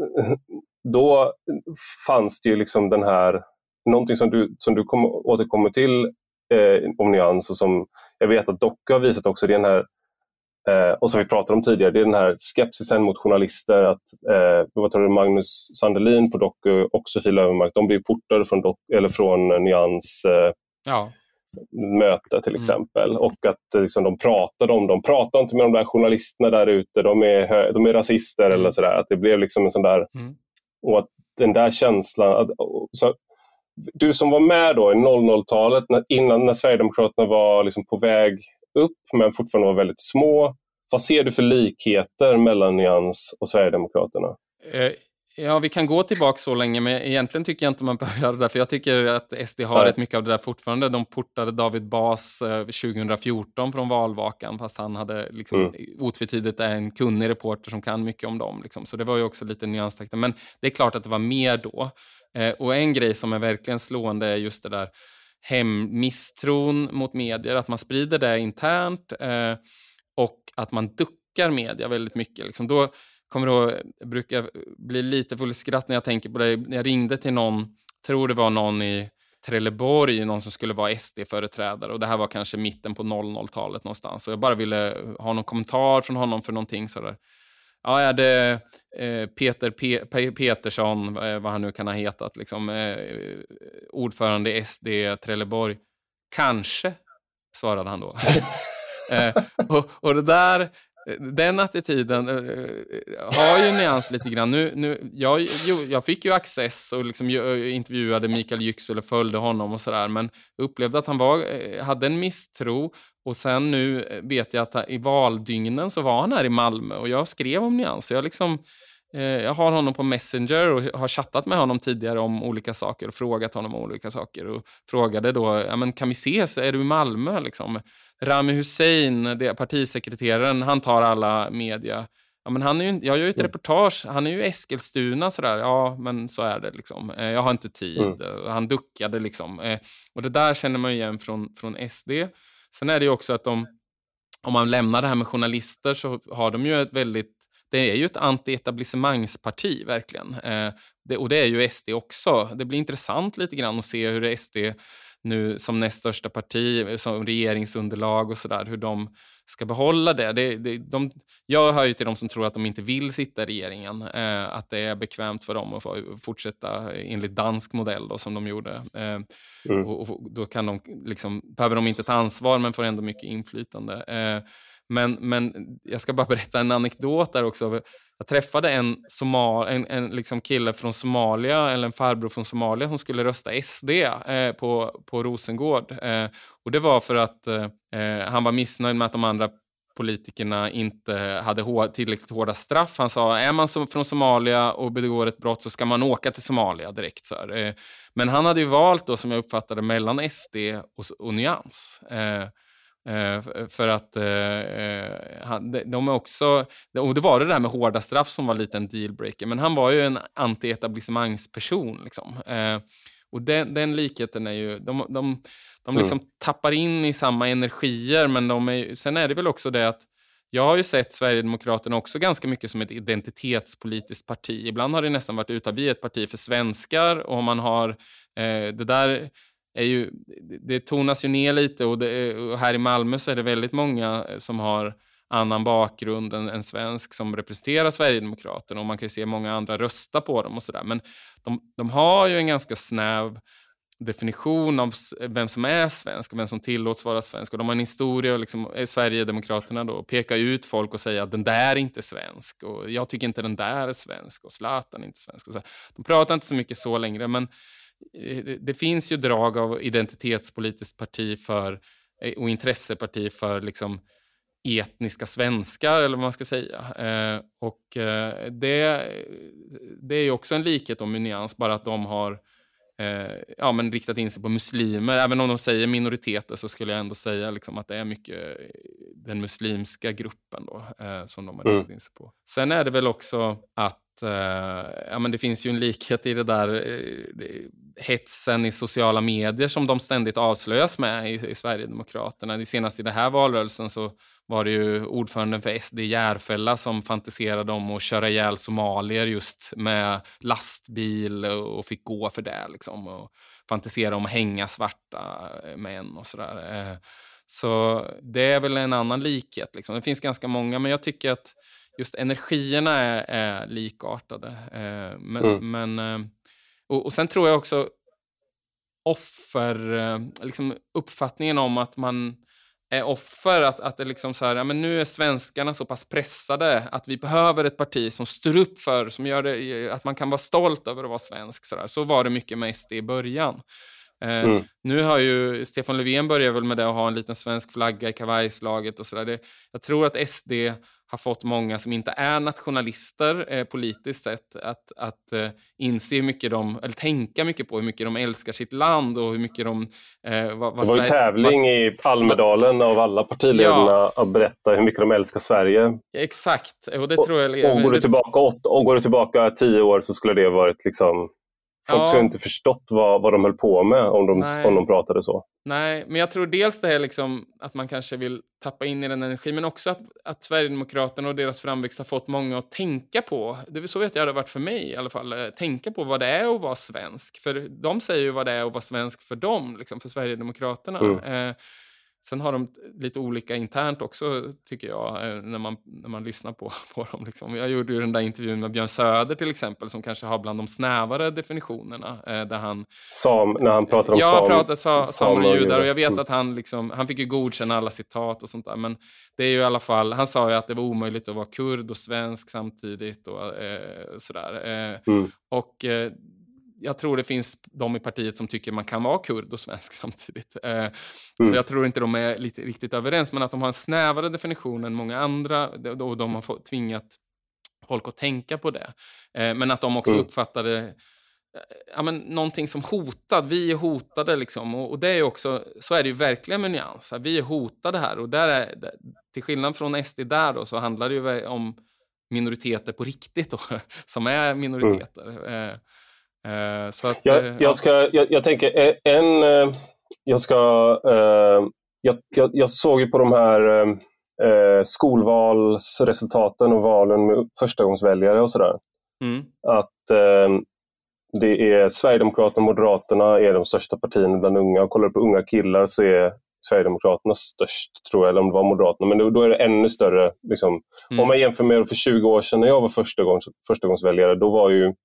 då fanns det ju liksom den här, någonting som du, som du kom, återkommer till eh, om nyans, och som jag vet att Docka har visat också, det är den här, eh, och som vi pratade om tidigare, det är den här skepsisen mot journalister, att eh, vad tror du, Magnus Sandelin på Docka och Sofie Löwenmark, de blir portade från, Dock, eller från nyans eh,
ja.
möte till exempel, mm. och att liksom, de pratade om, de pratar inte med de där journalisterna där ute, de är, de är rasister mm. eller sådär, att det blev liksom en sån där mm. och att den där känslan att, så, du som var med då i noll noll-talet när, innan när Sverigedemokraterna var liksom på väg upp men fortfarande var väldigt små, vad ser du för likheter mellan Nyans och Sverigedemokraterna?
Eh. Ja, vi kan gå tillbaka så länge, men egentligen tycker jag inte man behöver göra det där, för jag tycker att S D har Nej. rätt mycket av det där fortfarande. De portade David Bas eh, tjugo fjorton från valvakan, fast han hade liksom mm. otvetydigt en kunnig reporter som kan mycket om dem. Liksom. Så det var ju också lite nyanstakter. Men det är klart att det var mer då. Eh, och en grej som är verkligen slående är just det där hemmisstron mot medier, att man sprider det internt eh, och att man duckar media väldigt mycket. Liksom. Då kommer då brukar bli lite full i skratt när jag tänker på det. Jag ringde till någon, tror det var någon i Trelleborg, någon som skulle vara S D-företrädare, och det här var kanske mitten på noll noll-talet någonstans. Så jag bara ville ha någon kommentar från honom för någonting sådär. Ja, är det eh, Peter P- P- Petersson, eh, vad han nu kan ha hetat, liksom, eh, ordförande i S D Trelleborg. Kanske, svarade han då. eh, och, och det där... Den attityden uh, har ju nyans lite grann. Nu, nu, jag, ju, jag fick ju access och liksom intervjuade Mikael Yüksel och följde honom och sådär, men upplevde att han var, hade en misstro, och sen nu vet jag att i valdygnen så var han här i Malmö och jag skrev om nyans. Så jag, liksom, eh, jag har honom på Messenger och har chattat med honom tidigare om olika saker och frågat honom om olika saker och frågade då, ja, men kan vi ses, är du i Malmö liksom? Rami Hussein, det partisekreteraren, han tar alla media. Ja, men han är ju, jag gör ju ett mm. reportage, han är ju Eskilstuna sådär. Ja, men så är det liksom. Jag har inte tid. Mm. Han duckade liksom. Och det där känner man ju igen från, från S D. Sen är det ju också att de, om man lämnar det här med journalister, så har de ju ett väldigt, det är ju ett anti-etablissemangsparti verkligen. Det, och det är ju S D också. Det blir intressant lite grann att se hur S D nu som näst största parti, som regeringsunderlag och sådär, hur de ska behålla det. det, det de, jag hör ju till de som tror att de inte vill sitta i regeringen, eh, att det är bekvämt för dem att få fortsätta enligt dansk modell då, som de gjorde. Eh, mm. och, och då kan de, liksom, behöver de inte ta ansvar, men får ändå mycket inflytande. Eh, men, men jag ska bara berätta en anekdot där också. Jag träffade en, Somal, en, en liksom kille från Somalia, eller en farbror från Somalia, som skulle rösta S D eh, på, på Rosengård. Eh, och det var för att eh, han var missnöjd med att de andra politikerna inte hade hår, tillräckligt hårda straff. Han sa, är man som, från Somalia och begår ett brott så ska man åka till Somalia direkt. Så här. Eh, men han hade ju valt då, som jag uppfattade, mellan S D och, och Nyans. Eh, Uh, för att uh, han, de, de är också, och det var det där med hårda straff som var lite en dealbreaker, men han var ju en anti-etablissemangsperson liksom. Uh, och den, den likheten är ju, de, de, de liksom mm. tappar in i samma energier, men de är, sen är det väl också det att jag har ju sett Sverigedemokraterna också ganska mycket som ett identitetspolitiskt parti. Ibland har det nästan varit utav vi ett parti för svenskar, och man har uh, det där är ju, det tonas ju ner lite, och, det, och här i Malmö så är det väldigt många som har annan bakgrund än, än svensk som representerar Sverigedemokraterna, och man kan ju se många andra rösta på dem och sådär, men de, de har ju en ganska snäv, definition av vem som är svensk och vem som tillåts vara svensk. Och de har en historia, och liksom, är Sverigedemokraterna då, peka ut folk och säga att den där är inte svensk. Och jag tycker inte den där är svensk. Och Zlatan är inte svensk. Och så. De pratar inte så mycket så längre, men det, det finns ju drag av identitetspolitiskt parti för, och intresseparti för liksom etniska svenskar, eller vad man ska säga. Eh, och eh, det, det är ju också en likhet om en nyans, bara att de har eh, ja, men riktat in sig på muslimer. Även om de säger minoriteter, så skulle jag ändå säga liksom att det är mycket den muslimska gruppen då, eh, som de har riktat in sig på. Sen är det väl också att eh, ja, men det finns ju en likhet i det där eh, hetsen i sociala medier som de ständigt avslöjas med i, i Sverigedemokraterna. Det senaste i det här valrörelsen så var det ju ordföranden för S D Järfälla som fantiserade om att köra ihjäl somalier just med lastbil och fick gå för det liksom, och fantiserade om att hänga svarta män och sådär. Så det är väl en annan likhet liksom. Det finns ganska många, men jag tycker att just energierna är, är likartade. Men, mm. men och, och sen tror jag också offer, liksom uppfattningen om att man är offer, att, att det liksom så här, ja, men nu är svenskarna så pass pressade att vi behöver ett parti som står upp för, som gör det, att man kan vara stolt över att vara svensk. Så, där. Så var det mycket med S D i början. Eh, mm. Nu har ju Stefan Löfven börjat väl med det att ha en liten svensk flagga i kavajslaget och sådär. Jag tror att S D har fått många som inte är nationalister eh, politiskt sett att, att eh, inse hur mycket de, eller tänka mycket på hur mycket de älskar sitt land och hur mycket de... Eh, vad, vad
det var ju
Sverige,
tävling vad, i Almedalen av alla partiledarna ja, att berätta hur mycket de älskar Sverige.
Exakt, och det
och,
tror jag...
Och går du tillbaka, åt, och går du tillbaka tio år så skulle det varit liksom... Folk ja. skulle inte förstått vad, vad de höll på med om de, om de pratade så.
Nej, men jag tror dels det här liksom att man kanske vill tappa in i den energin, men också att, att Sverigedemokraterna och deras framväxt har fått många att tänka på. Det är så vet jag det har varit för mig i alla fall. Tänka på vad det är att vara svensk. För de säger ju vad det är att vara svensk för dem, liksom, för Sverigedemokraterna. Mm. Eh, Sen har de lite olika internt också, tycker jag, när man, när man lyssnar på, på dem. Liksom. Jag gjorde ju den där intervjun med Björn Söder till exempel, som kanske har bland de snävare definitionerna. Där han,
sam, när han pratar om
ja,
sam,
jag pratar sa, samer och judar, och jag vet
mm.
att han, liksom, han fick ju godkänna alla citat och sånt där. Men det är ju i alla fall, han sa ju att det var omöjligt att vara kurd och svensk samtidigt och eh, sådär. Eh, mm. Och... Eh, jag tror det finns de i partiet som tycker man kan vara kurd och svensk samtidigt. Eh, mm. Så jag tror inte de är lite, riktigt överens, men att de har en snävare definition än många andra, och de har fått, tvingat folk att tänka på det. Eh, men att de också mm. uppfattade eh, ja, men, någonting som hotad. Vi är hotade liksom, och, och det är ju också, så är det ju verkligen med nyans. Vi är hotade här, och där är, till skillnad från S D där då, så handlar det ju om minoriteter på riktigt då, som är minoriteter. Mm. Eh, Uh, så att,
jag,
uh,
jag, ska, jag, jag tänker en uh, jag ska uh, jag, jag, jag såg ju på de här uh, skolvalsresultaten och valen med förstagångsväljare och sådär mm. att uh, det är Sverigedemokraterna och Moderaterna är de största partierna bland unga, och kollar på unga killar så är Sverigedemokraterna störst, tror jag, eller om det var Moderaterna, men då, då är det ännu större liksom. Mm. Om man jämför med för tjugo år sedan när jag var första gångs, förstagångsväljare, då var ju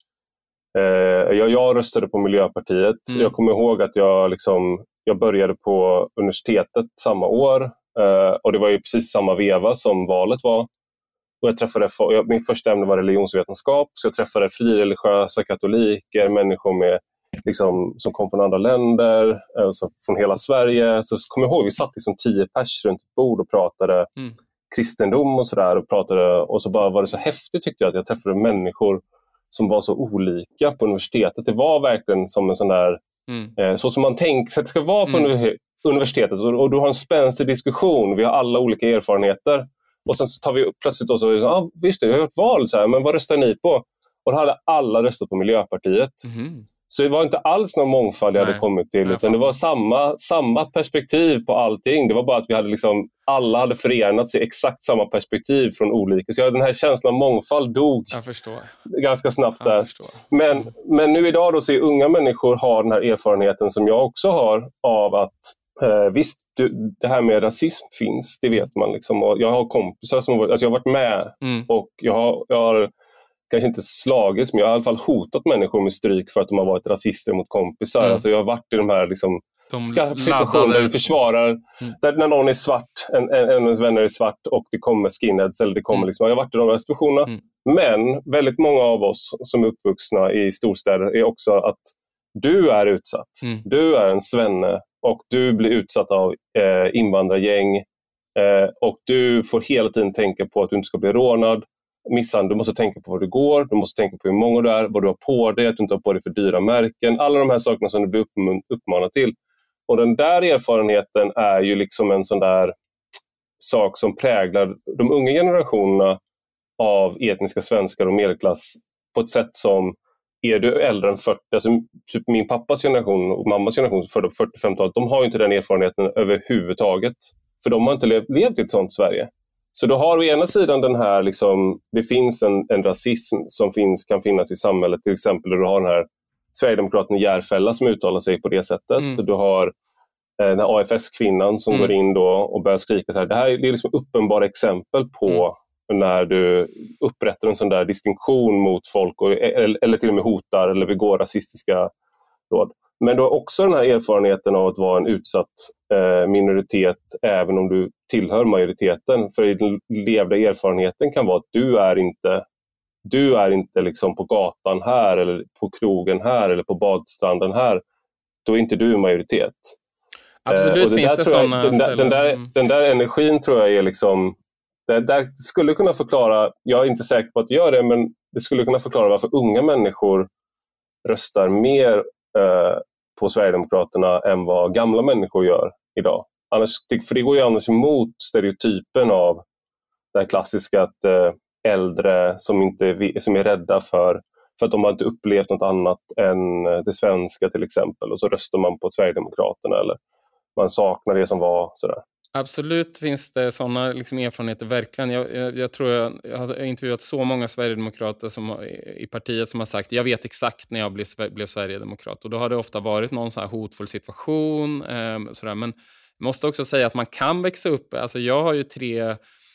Jag, jag röstade på Miljöpartiet. Mm. Jag kommer ihåg att jag, liksom, jag började på universitetet samma år. Eh, och det var ju precis samma veva som valet var. Och jag träffade, jag, mitt första ämne var religionsvetenskap. Så jag träffade frireligiösa katoliker, människor med, liksom, som kom från andra länder, eh, så från hela Sverige. Så, så kommer jag ihåg, vi satt liksom tio pers runt ett bord och pratade mm. kristendom och sådär. Och, pratade, och så bara var det så häftigt, tyckte jag, att jag träffade människor som var så olika på universitetet. Det var verkligen som en sån där mm. eh, så som man tänker sig att det ska vara på mm. universitetet, och, och du har en spänstig diskussion, vi har alla olika erfarenheter, och sen så tar vi upp plötsligt och så, ja ah, visst det, jag har gjort val så här, men vad röstar ni på? Och då hade alla röstat på Miljöpartiet. Mm. Så det var inte alls någon mångfald jag Nej. hade kommit till, utan det var samma, samma perspektiv på allting. Det var bara att vi hade liksom, alla hade förenats i exakt samma perspektiv från olika. Så den här känslan av mångfald dog
jag förstår.
ganska snabbt där.
Förstår.
Men, mm. men nu idag då så är unga människor har den här erfarenheten som jag också har av att eh, visst, du, det här med rasism finns, det vet man liksom. Och jag har kompisar som har, alltså jag har varit med mm. och jag har, jag har kanske inte slagits, men jag har i alla fall hotat människor med stryk för att de har varit rasister mot kompisar. Mm. Alltså jag har varit i de här liksom
de
skarpa situationer där du försvarar, mm. där när någon är svart, en, en, en av ens vänner är svart och det kommer skinheads, eller det kommer mm. liksom, jag har varit i de här situationerna. Mm. Men väldigt många av oss som är uppvuxna i storstäder är också att du är utsatt. Mm. Du är en svenne och du blir utsatt av eh, invandrargäng eh, och du får hela tiden tänka på att du inte ska bli rånad, misshandel. Du måste tänka på vad du går, du måste tänka på hur många du är, vad du har på dig, att du inte har på dig för dyra märken. Alla de här sakerna som du blir uppmanad till. Och den där erfarenheten är ju liksom en sån där sak som präglar de unga generationerna av etniska svenskar och medelklass på ett sätt som, är du äldre än fyrtio, alltså typ min pappas generation och mammas generation födda på fyrtio-femtiotalet, de har ju inte den erfarenheten överhuvudtaget. För de har inte levt, levt i ett sånt Sverige. Så du har å ena sidan den här, liksom, det finns en, en rasism som finns, kan finnas i samhället, till exempel där du har den här Sverigedemokraten Järfälla som uttalar sig på det sättet. Mm. Du har eh, den här A F S-kvinnan som mm. går in då och börjar skrika så här. Det här är liksom uppenbara exempel på mm. när du upprättar en sån där distinktion mot folk och, eller, eller till och med hotar eller begår rasistiska råd. Men du har också den här erfarenheten av att vara en utsatt eh, minoritet även om du tillhör majoriteten. För den levda erfarenheten kan vara att du är inte du är inte liksom på gatan här eller på krogen här eller på badstranden här. Då är inte du majoritet.
Absolut, eh, finns det sådana
den, där, den, där, den där energin tror jag är liksom, det där skulle kunna förklara, jag är inte säker på att göra det, men det skulle kunna förklara varför unga människor röstar mer eh, på Sverigedemokraterna än vad gamla människor gör idag. Annars, för det går ju annars emot stereotypen av det här klassiska att eh, äldre som, inte, som är rädda för, för att de har inte upplevt något annat än det svenska till exempel, och så röstar man på Sverigedemokraterna eller man saknar det som var sådär.
Absolut finns det sådana liksom erfarenheter, verkligen. Jag, jag, jag tror jag, jag har intervjuat så många Sverigedemokrater som, i partiet som har sagt jag vet exakt när jag blev, blev Sverigedemokrat. Och då har det ofta varit någon så här hotfull situation. Eh, sådär. Men jag måste också säga att man kan växa upp. Alltså jag har ju tre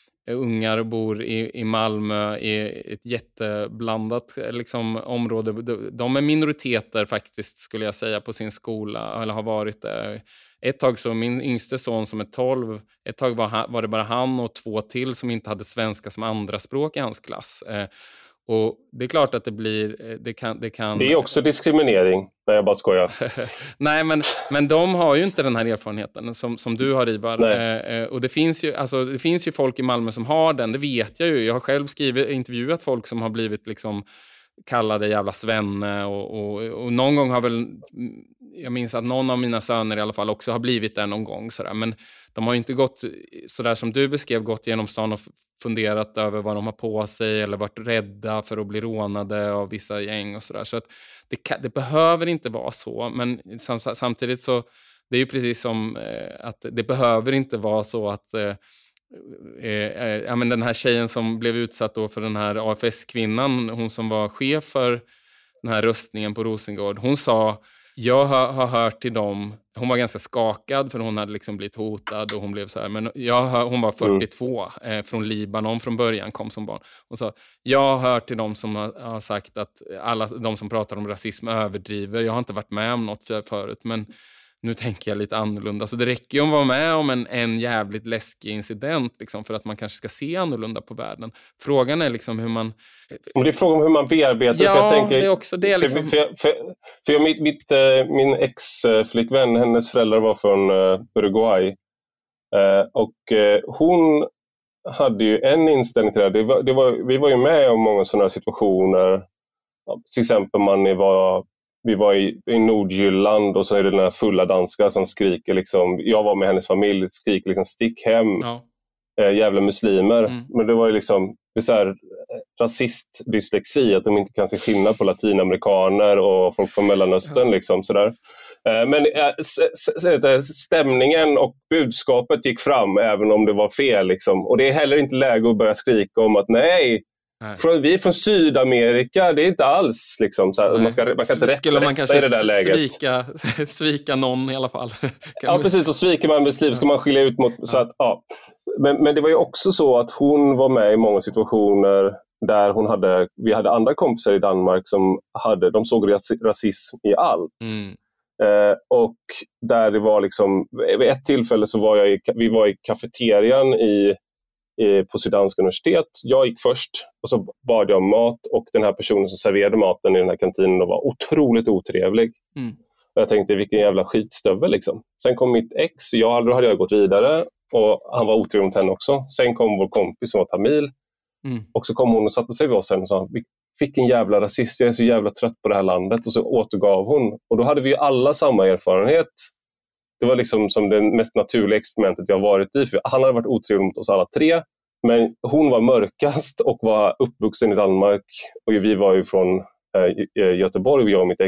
ungar och bor i, i Malmö i ett jätteblandat liksom, område. De, de är minoriteter faktiskt skulle jag säga på sin skola, eller har varit det. Ett tag så min yngste son som är tolv, ett tag var, han, var det bara han och två till som inte hade svenska som andra språk i hans klass. Eh, och det är klart att det blir, det kan... Det, kan...
det är också diskriminering, när jag bara skojar.
Nej, men, men de har ju inte den här erfarenheten som, som du har, Ivar. Eh, och det finns, ju, alltså, det finns ju folk i Malmö som har den, det vet jag ju. Jag har själv skrivit, intervjuat folk som har blivit liksom kallade jävla svenne och, och, och någon gång har väl, jag minns att någon av mina söner i alla fall också har blivit där någon gång sådär, men de har ju inte gått sådär som du beskrev, gått genom stan och funderat över vad de har på sig eller varit rädda för att bli rånade av vissa gäng och sådär, så att det, kan, det behöver inte vara så, men sam, samtidigt så det är ju precis som eh, att det behöver inte vara så att eh, Eh, eh, ja, men den här tjejen som blev utsatt då för den här A F S-kvinnan, hon som var chef för den här röstningen på Rosengård, hon sa, jag har, har hört till dem, hon var ganska skakad för hon hade liksom blivit hotad och hon blev så här, men jag har, hon var fyrtiotvå eh, från Libanon från början, kom som barn, och sa, jag har hört till dem som har, har sagt att alla de som pratar om rasism överdriver, jag har inte varit med om något för, förut, men nu tänker jag lite annorlunda. Så det räcker ju att vara med om en, en jävligt läskig incident liksom, för att man kanske ska se annorlunda på världen. Frågan är liksom hur man...
Och det är frågan om hur man bearbetar.
Ja,
för jag tänker,
det är också det. Liksom.
För, för, för, för jag, mitt, mitt, min ex-flickvän, hennes föräldrar var från Uruguay. Och hon hade ju en inställning till det. det, var, det var, vi var ju med om många sådana situationer. Till exempel man var... Vi var i, i Nordjylland och så är det den här fulla danska som skriker liksom, jag var med hennes familj, skriker liksom stick hem, ja. äh, jävla muslimer. Mm. Men det var ju liksom det är så här, rasistdyslexi, att de inte kan se skillnad på latinamerikaner och folk från Mellanöstern. Ja. Liksom, sådär. Äh, men äh, stämningen och budskapet gick fram även om det var fel. Liksom. Och det är heller inte läge att börja skrika om att nej, Från, vi är från Sydamerika, det är inte alls liksom, så här, man, ska, man kan inte
Skulle
rätta,
man kanske
i det där läget.
Svika, svika någon i alla fall. Kan
ja, man... precis, och sviker man muslim ska man skilja ut mot, ja. Så att, ja. Men, men det var ju också så att hon var med i många situationer där hon hade, vi hade andra kompisar i Danmark som hade, de såg rasism i allt.
Mm.
Eh, och där det var liksom, vid ett tillfälle så var jag i, vi var i kafeterian i, i, på Syddanska universitet. Jag gick först och så bad jag om mat, och den här personen som serverade maten i den här kantinen var otroligt otrevlig.
Mm.
Och jag tänkte, vilken jävla skitstövel liksom. Sen kom mitt ex, jag, då hade jag gått vidare och han var otrevlig mot henne också. Sen kom vår kompis som var tamil.
Mm.
Och så kom hon och satte sig vid oss och sa, fick en jävla rasist, jag är så jävla trött på det här landet. Och så återgav hon. Och då hade vi ju alla samma erfarenhet. Det var liksom som det mest naturliga experimentet jag varit i. För han hade varit otrevlig mot oss alla tre. Men hon var mörkast och var uppvuxen i Danmark. Och vi var ju från äh, Göteborg, jag och mitt ex.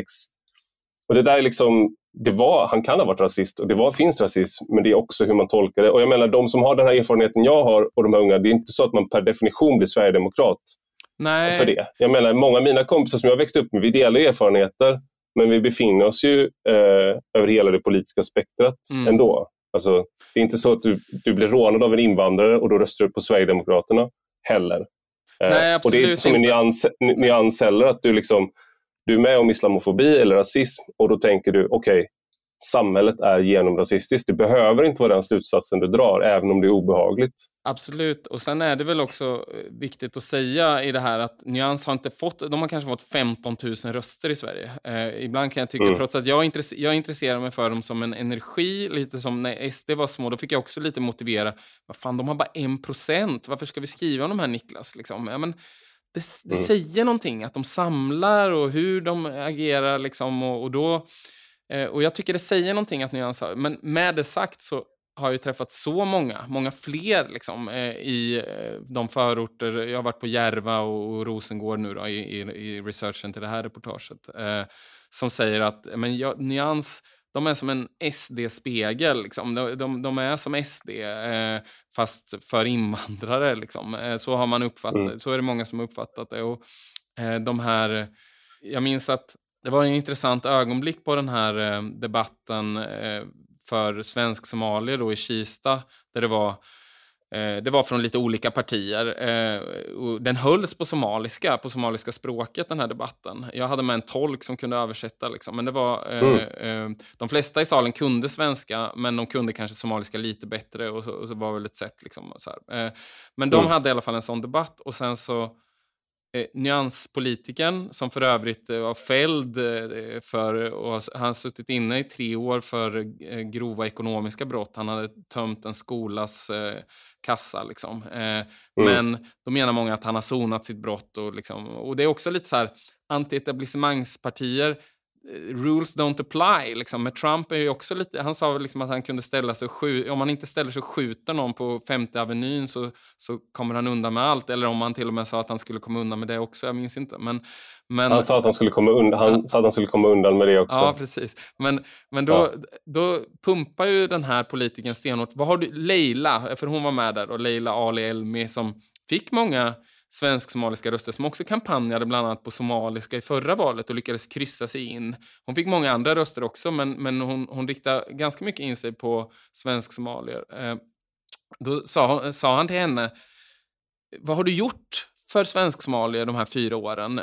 Och det där är liksom, det var, han kan ha varit rasist och det var, finns rasism, men det är också hur man tolkar det. Och jag menar, de som har den här erfarenheten jag har och de här unga, det är inte så att man per definition blir sverigedemokrat.
Nej.
För det. Jag menar, många av mina kompisar som jag växte upp med, vi delar ju erfarenheter, men vi befinner oss ju eh, över hela det politiska spektrat mm. ändå. Alltså, det är inte så att du, du blir rånad av en invandrare och då röstar du på Sverigedemokraterna heller. Eh,
Nej,
och det är inte som en nyans, nyans heller, att du liksom du är med om islamofobi eller rasism och då tänker du, okej, okay, samhället är genomrasistiskt. Det behöver inte vara den slutsatsen du drar, även om det är obehagligt.
Absolut, och sen är det väl också viktigt att säga i det här att Nyans har inte fått, de har kanske fått femton tusen röster i Sverige. Eh, ibland kan jag tycka, mm. trots att jag, intresse, jag intresserar mig för dem som en energi, lite som när S D var små, då fick jag också lite motivera, vad fan, de har bara en procent, varför ska vi skriva om de här Niklas? Liksom? Ja, men det, det mm. säger någonting, att de samlar och hur de agerar liksom, och, och då eh, och jag tycker det säger någonting att Nyans har, men med det sagt så har jag träffat så många, många fler liksom, eh, i eh, de förorter. Jag har varit på Järva och, och Rosengård nu då, i, i, i researchen till det här reportaget. Eh, som säger att men, ja, Nyans, de är som en S D-spegel. Liksom. De, de, de är som S D, eh, fast för invandrare. Liksom. Eh, så har man uppfattat, mm. så är det många som har uppfattat det. Och, eh, de här, jag minns att det var en intressant ögonblick på den här eh, debatten eh, för svensk-somalier då i Kista, där det var eh, det var från lite olika partier. Eh, och den hölls på somaliska, på somaliska språket, den här debatten. Jag hade med en tolk som kunde översätta liksom, men det var eh, mm. eh, de flesta i salen kunde svenska, men de kunde kanske somaliska lite bättre, och så, och så var väl ett sätt liksom, så här. Eh, men de mm. hade i alla fall en sån debatt, och sen så Eh, nyanspolitiken som för övrigt eh, var fälld eh, för, och han har suttit inne i tre år för eh, grova ekonomiska brott. Han hade tömt en skolas eh, kassa liksom. Eh, mm. Men då menar många att han har sonat sitt brott, och, liksom, och det är också lite så här anti-etablissemangspartier. Rules don't apply liksom. Med Trump är ju också lite, han sa liksom att han kunde ställa sig och skjuta, om man inte ställer sig och skjuter någon på femte avenyn så, så kommer han undan med allt, eller om han till och med sa att han skulle komma undan med det också, jag minns inte, men, men
han sa att han skulle komma undan, han ja. sa att han skulle komma undan med det också.
Ja, precis. Men, men då, ja. då pumpar ju den här politikern stenhårt. Vad har du, Leila, för hon var med där, och Leila Ali Elmi som fick många svensk-somaliska röster, som också kampanjade bland annat på somaliska i förra valet och lyckades kryssa sig in. Hon fick många andra röster också, men, men hon, hon riktade ganska mycket in sig på svensk-somalier. Eh, då sa, sa han till henne, vad har du gjort för svensk-somalier de här fyra åren?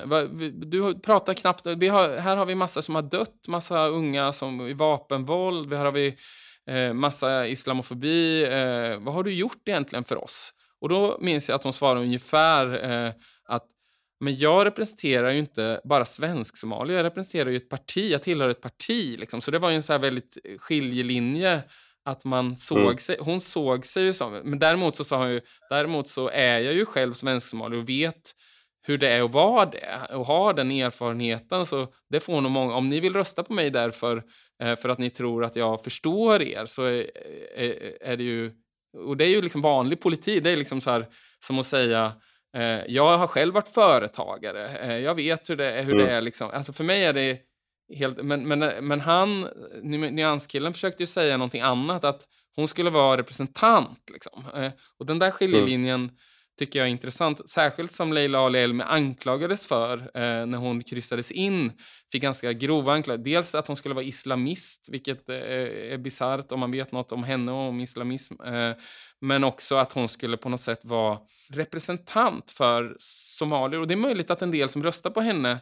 Du pratar knappt, vi har, här har vi massa som har dött, massa unga som i vapenvåld, här har vi eh, massa islamofobi. Eh, vad har du gjort egentligen för oss? Och då minns jag att hon svarade ungefär eh, att men jag representerar ju inte bara svensk-somalier, jag representerar ju ett parti, jag tillhör ett parti. Liksom. Så det var ju en så här väldigt skiljelinje att man såg mm. sig, hon såg sig ju som, men däremot så sa hon ju, däremot så är jag ju själv svensk-somalier och vet hur det är att vara det och ha den erfarenheten, så det får nog många, om ni vill rösta på mig därför eh, för att ni tror att jag förstår er, så är, är, är det ju. Och det är ju liksom vanlig politik. Det är liksom så här som att säga eh, jag har själv varit företagare. Eh, jag vet hur det är. Hur mm. det är liksom. Alltså för mig är det helt... Men, men, men han, nyanskillen, försökte ju säga någonting annat. Att hon skulle vara representant. Liksom. Eh, och den där skiljelinjen mm. tycker jag är intressant. Särskilt som Leila Ali Elmi anklagades för eh, när hon kryssades in. Fick ganska grova anklagelser. Dels att hon skulle vara islamist, vilket eh, är bisarrt om man vet något om henne och om islamism. Eh, men också att hon skulle på något sätt vara representant för somalier. Och det är möjligt att en del som röstar på henne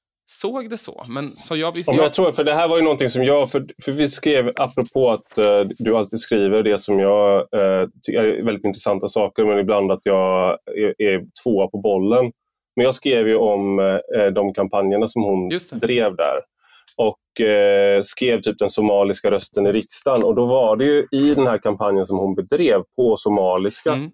såg det så. Men så jag visste...
Ja, jag tror, för det här var ju någonting som jag... För, för vi skrev, apropå att uh, du alltid skriver det som jag uh, tycker är väldigt intressanta saker, men ibland att jag är, är tvåa på bollen. Men jag skrev ju om uh, de kampanjerna som hon drev där. Och uh, skrev typ den somaliska rösten i riksdagen. Och då var det ju i den här kampanjen som hon bedrev på somaliska, mm.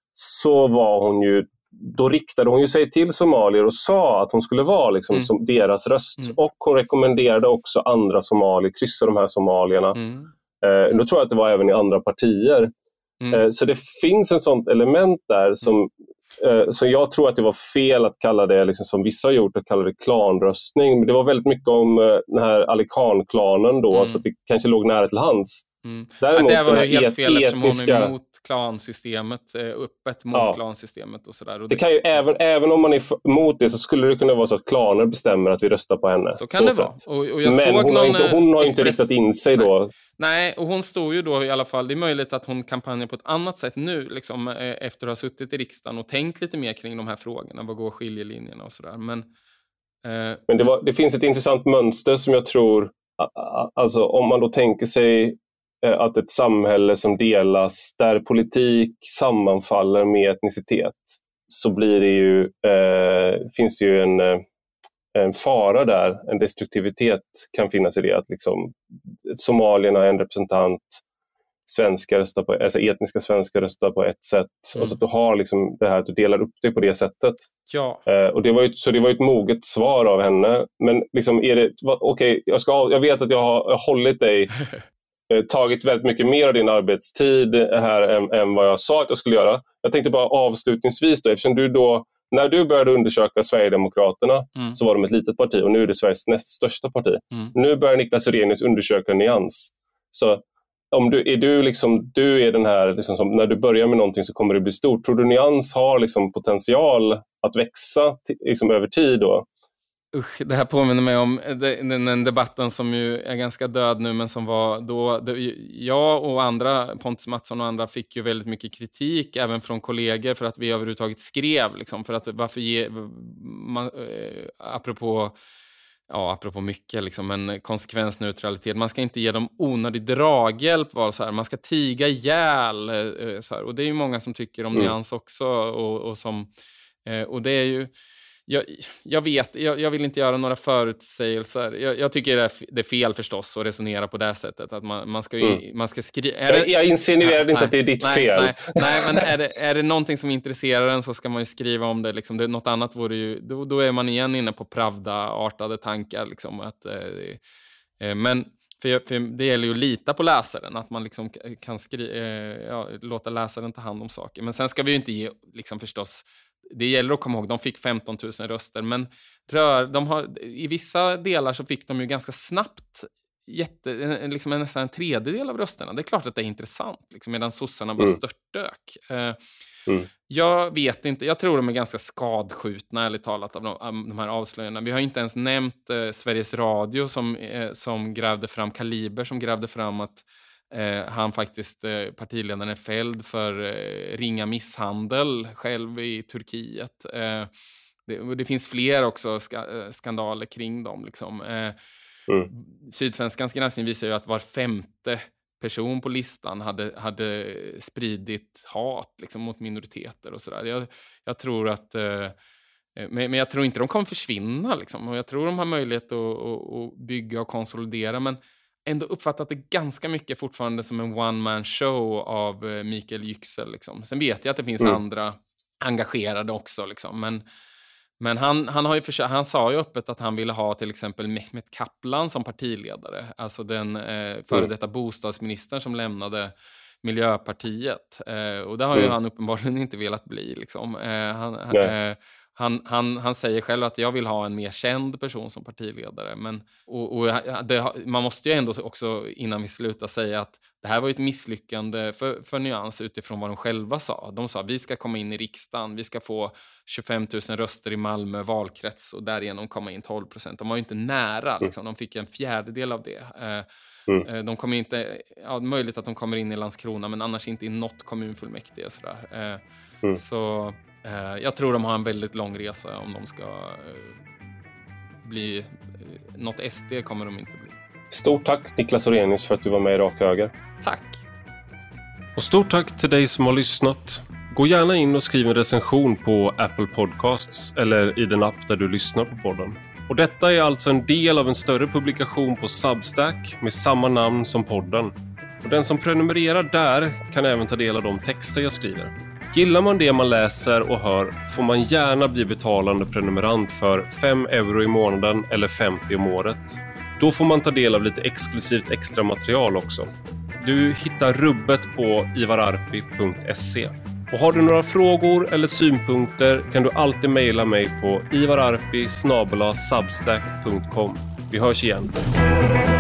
så var hon ju... Då riktade hon ju sig till somalier och sa att hon skulle vara liksom mm. som deras röst. Mm. Och hon rekommenderade också andra somalier, kryssa de här somalierna. Mm. Eh, då tror jag att det var även i andra partier. Mm. Eh, så det finns en sånt element där som, eh, så jag tror att det var fel att kalla det, liksom, som vissa har gjort, att kalla det klanröstning. Men det var väldigt mycket om eh, den här Alikan-klanen då, mm. så att det kanske låg nära till hands.
Mm. Däremot, ja, det var ju helt fel eftersom hon är emot klansystemet, öppet mot ja. klansystemet och sådär. Och det, det kan ju,
även, även om man är emot det, så skulle det kunna vara så att klaner bestämmer att vi röstar på henne.
Så kan så det vara. Och, och jag
Men
såg
hon,
någon,
har inte, hon har inte riktat in sig
nej.
då.
Nej, och hon stod ju då i alla fall, det är möjligt att hon kampanjar på ett annat sätt nu, liksom, efter att ha suttit i riksdagen och tänkt lite mer kring de här frågorna, vad går skiljelinjerna och sådär. Men, eh,
Men det, var, det finns ett intressant mönster som jag tror, alltså om man då tänker sig att ett samhälle som delas, där politik sammanfaller med etnicitet, så blir det ju, eh, finns det ju en, en fara där, en destruktivitet kan finnas i det, att liksom somalierna är en representant, svenskar röstar på, alltså etniska svenskar röstar på ett sätt, mm. och så att du har liksom det här att du delar upp det på det sättet.
Ja.
Eh, och det var ju, så det var ju ett moget svar av henne, men liksom är det, okej, okay, jag, ska, jag vet att jag har, jag har hållit dig tagit väldigt mycket mer av din arbetstid här än, än vad jag sa att jag skulle göra. Jag tänkte bara avslutningsvis då, eftersom du då, när du började undersöka Sverigedemokraterna, mm. så var de ett litet parti och nu är det Sveriges näst största parti. Mm. Nu börjar Niklas Orrenius undersöka Nyans. Så om du är du liksom, du är den här liksom, som, när du börjar med någonting så kommer det bli stort. Tror du Nyans har liksom potential att växa t- liksom över tid då?
Usch, det här påminner mig om den, den debatten som ju är ganska död nu, men som var då, det, jag och andra, Pontus Mattsson och andra, fick ju väldigt mycket kritik även från kollegor för att vi överhuvudtaget skrev, liksom, för att varför ge, man, eh, apropå ja, apropå mycket, liksom, en konsekvensneutralitet, man ska inte ge dem onödig draghjälp, var så här, man ska tiga ihjäl, eh, så här, och det är ju många som tycker om mm. Nyans också, och, och som, eh, och det är ju Jag, jag vet, jag, jag vill inte göra några förutsägelser. Jag, jag tycker det är, det är fel förstås att resonera på det sättet. Att man, man ska ju, mm. man ska skriva...
Jag, jag insinuerar inte
nej,
att det är ditt
nej,
fel.
Nej, nej, men är det, är det någonting som intresserar en så ska man ju skriva om det. Liksom. det något annat vore ju... Då, då är man igen inne på Pravda-artade tankar. Liksom, att, eh, men för, jag, för det gäller ju att lita på läsaren. Att man liksom kan skri, eh, ja, låta läsaren ta hand om saker. Men sen ska vi ju inte ge, liksom, förstås... Det gäller att komma ihåg, de fick femton tusen röster, men rör, de har, i vissa delar så fick de ju ganska snabbt jätte, liksom en, nästan en tredjedel av rösterna. Det är klart att det är intressant, liksom, medan sossarna bara mm. störtdök. Eh, mm. Jag vet inte, jag tror de är ganska skadskjutna, ärligt talat, av de, av de här avslöjandena. Vi har inte ens nämnt eh, Sveriges Radio som, eh, som grävde fram, Kaliber som grävde fram att Eh, han faktiskt, eh, partiledaren är fälld för eh, ringa misshandel själv i Turkiet. Eh, det, det finns fler också ska, skandaler kring dem. Liksom. Eh, mm. Sydsvenskans granskning visar ju att var femte person på listan hade, hade spridit hat, liksom, mot minoriteter och sådär. Jag, jag tror att... Eh, men, men jag tror inte de kommer försvinna. Liksom. Och jag tror de har möjlighet att, att, att bygga och konsolidera, men ändå uppfattat det ganska mycket fortfarande som en one-man show av Mikael Yüksel. Liksom. Sen vet jag att det finns mm. andra engagerade också. Liksom. Men, men han, han, har ju försökt, han sa ju öppet att han ville ha till exempel Mehmet Kaplan som partiledare. Alltså den eh, före detta bostadsministern som lämnade Miljöpartiet. Eh, och det har ju mm. han uppenbarligen inte velat bli. Liksom. Eh, han, eh, Han, han, han säger själv att jag vill ha en mer känd person som partiledare. Men, och, och det, man måste ju ändå också innan vi slutar säga att det här var ett misslyckande för, för Nyans utifrån vad de själva sa. De sa vi ska komma in i riksdagen, vi ska få tjugofem tusen röster i Malmö valkrets och därigenom komma in tolv procent. De var ju inte nära, liksom. De fick en fjärdedel av det. Mm. De kommer inte, ja, möjligt att de kommer in i Landskrona men annars inte i något kommunfullmäktige. Sådär. Mm. Så eh, jag tror de har en väldigt lång resa om de ska eh, bli, eh, något S D kommer de inte bli.
Stort tack Niklas Orrenius för att du var med i Rak Höger.
Tack.
Och stort tack till dig som har lyssnat. Gå gärna in och skriv en recension på Apple Podcasts eller i den app där du lyssnar på podden. Och detta är alltså en del av en större publikation på Substack med samma namn som podden. Och den som prenumererar där kan även ta del av de texter jag skriver. Gillar man det man läser och hör får man gärna bli betalande prenumerant för fem euro i månaden eller femtio om året. Då får man ta del av lite exklusivt extra material också. Du hittar rubbet på ivararpi punkt se. Och har du några frågor eller synpunkter kan du alltid mejla mig på ivararpi snabel-a substack punkt com. Vi hörs igen.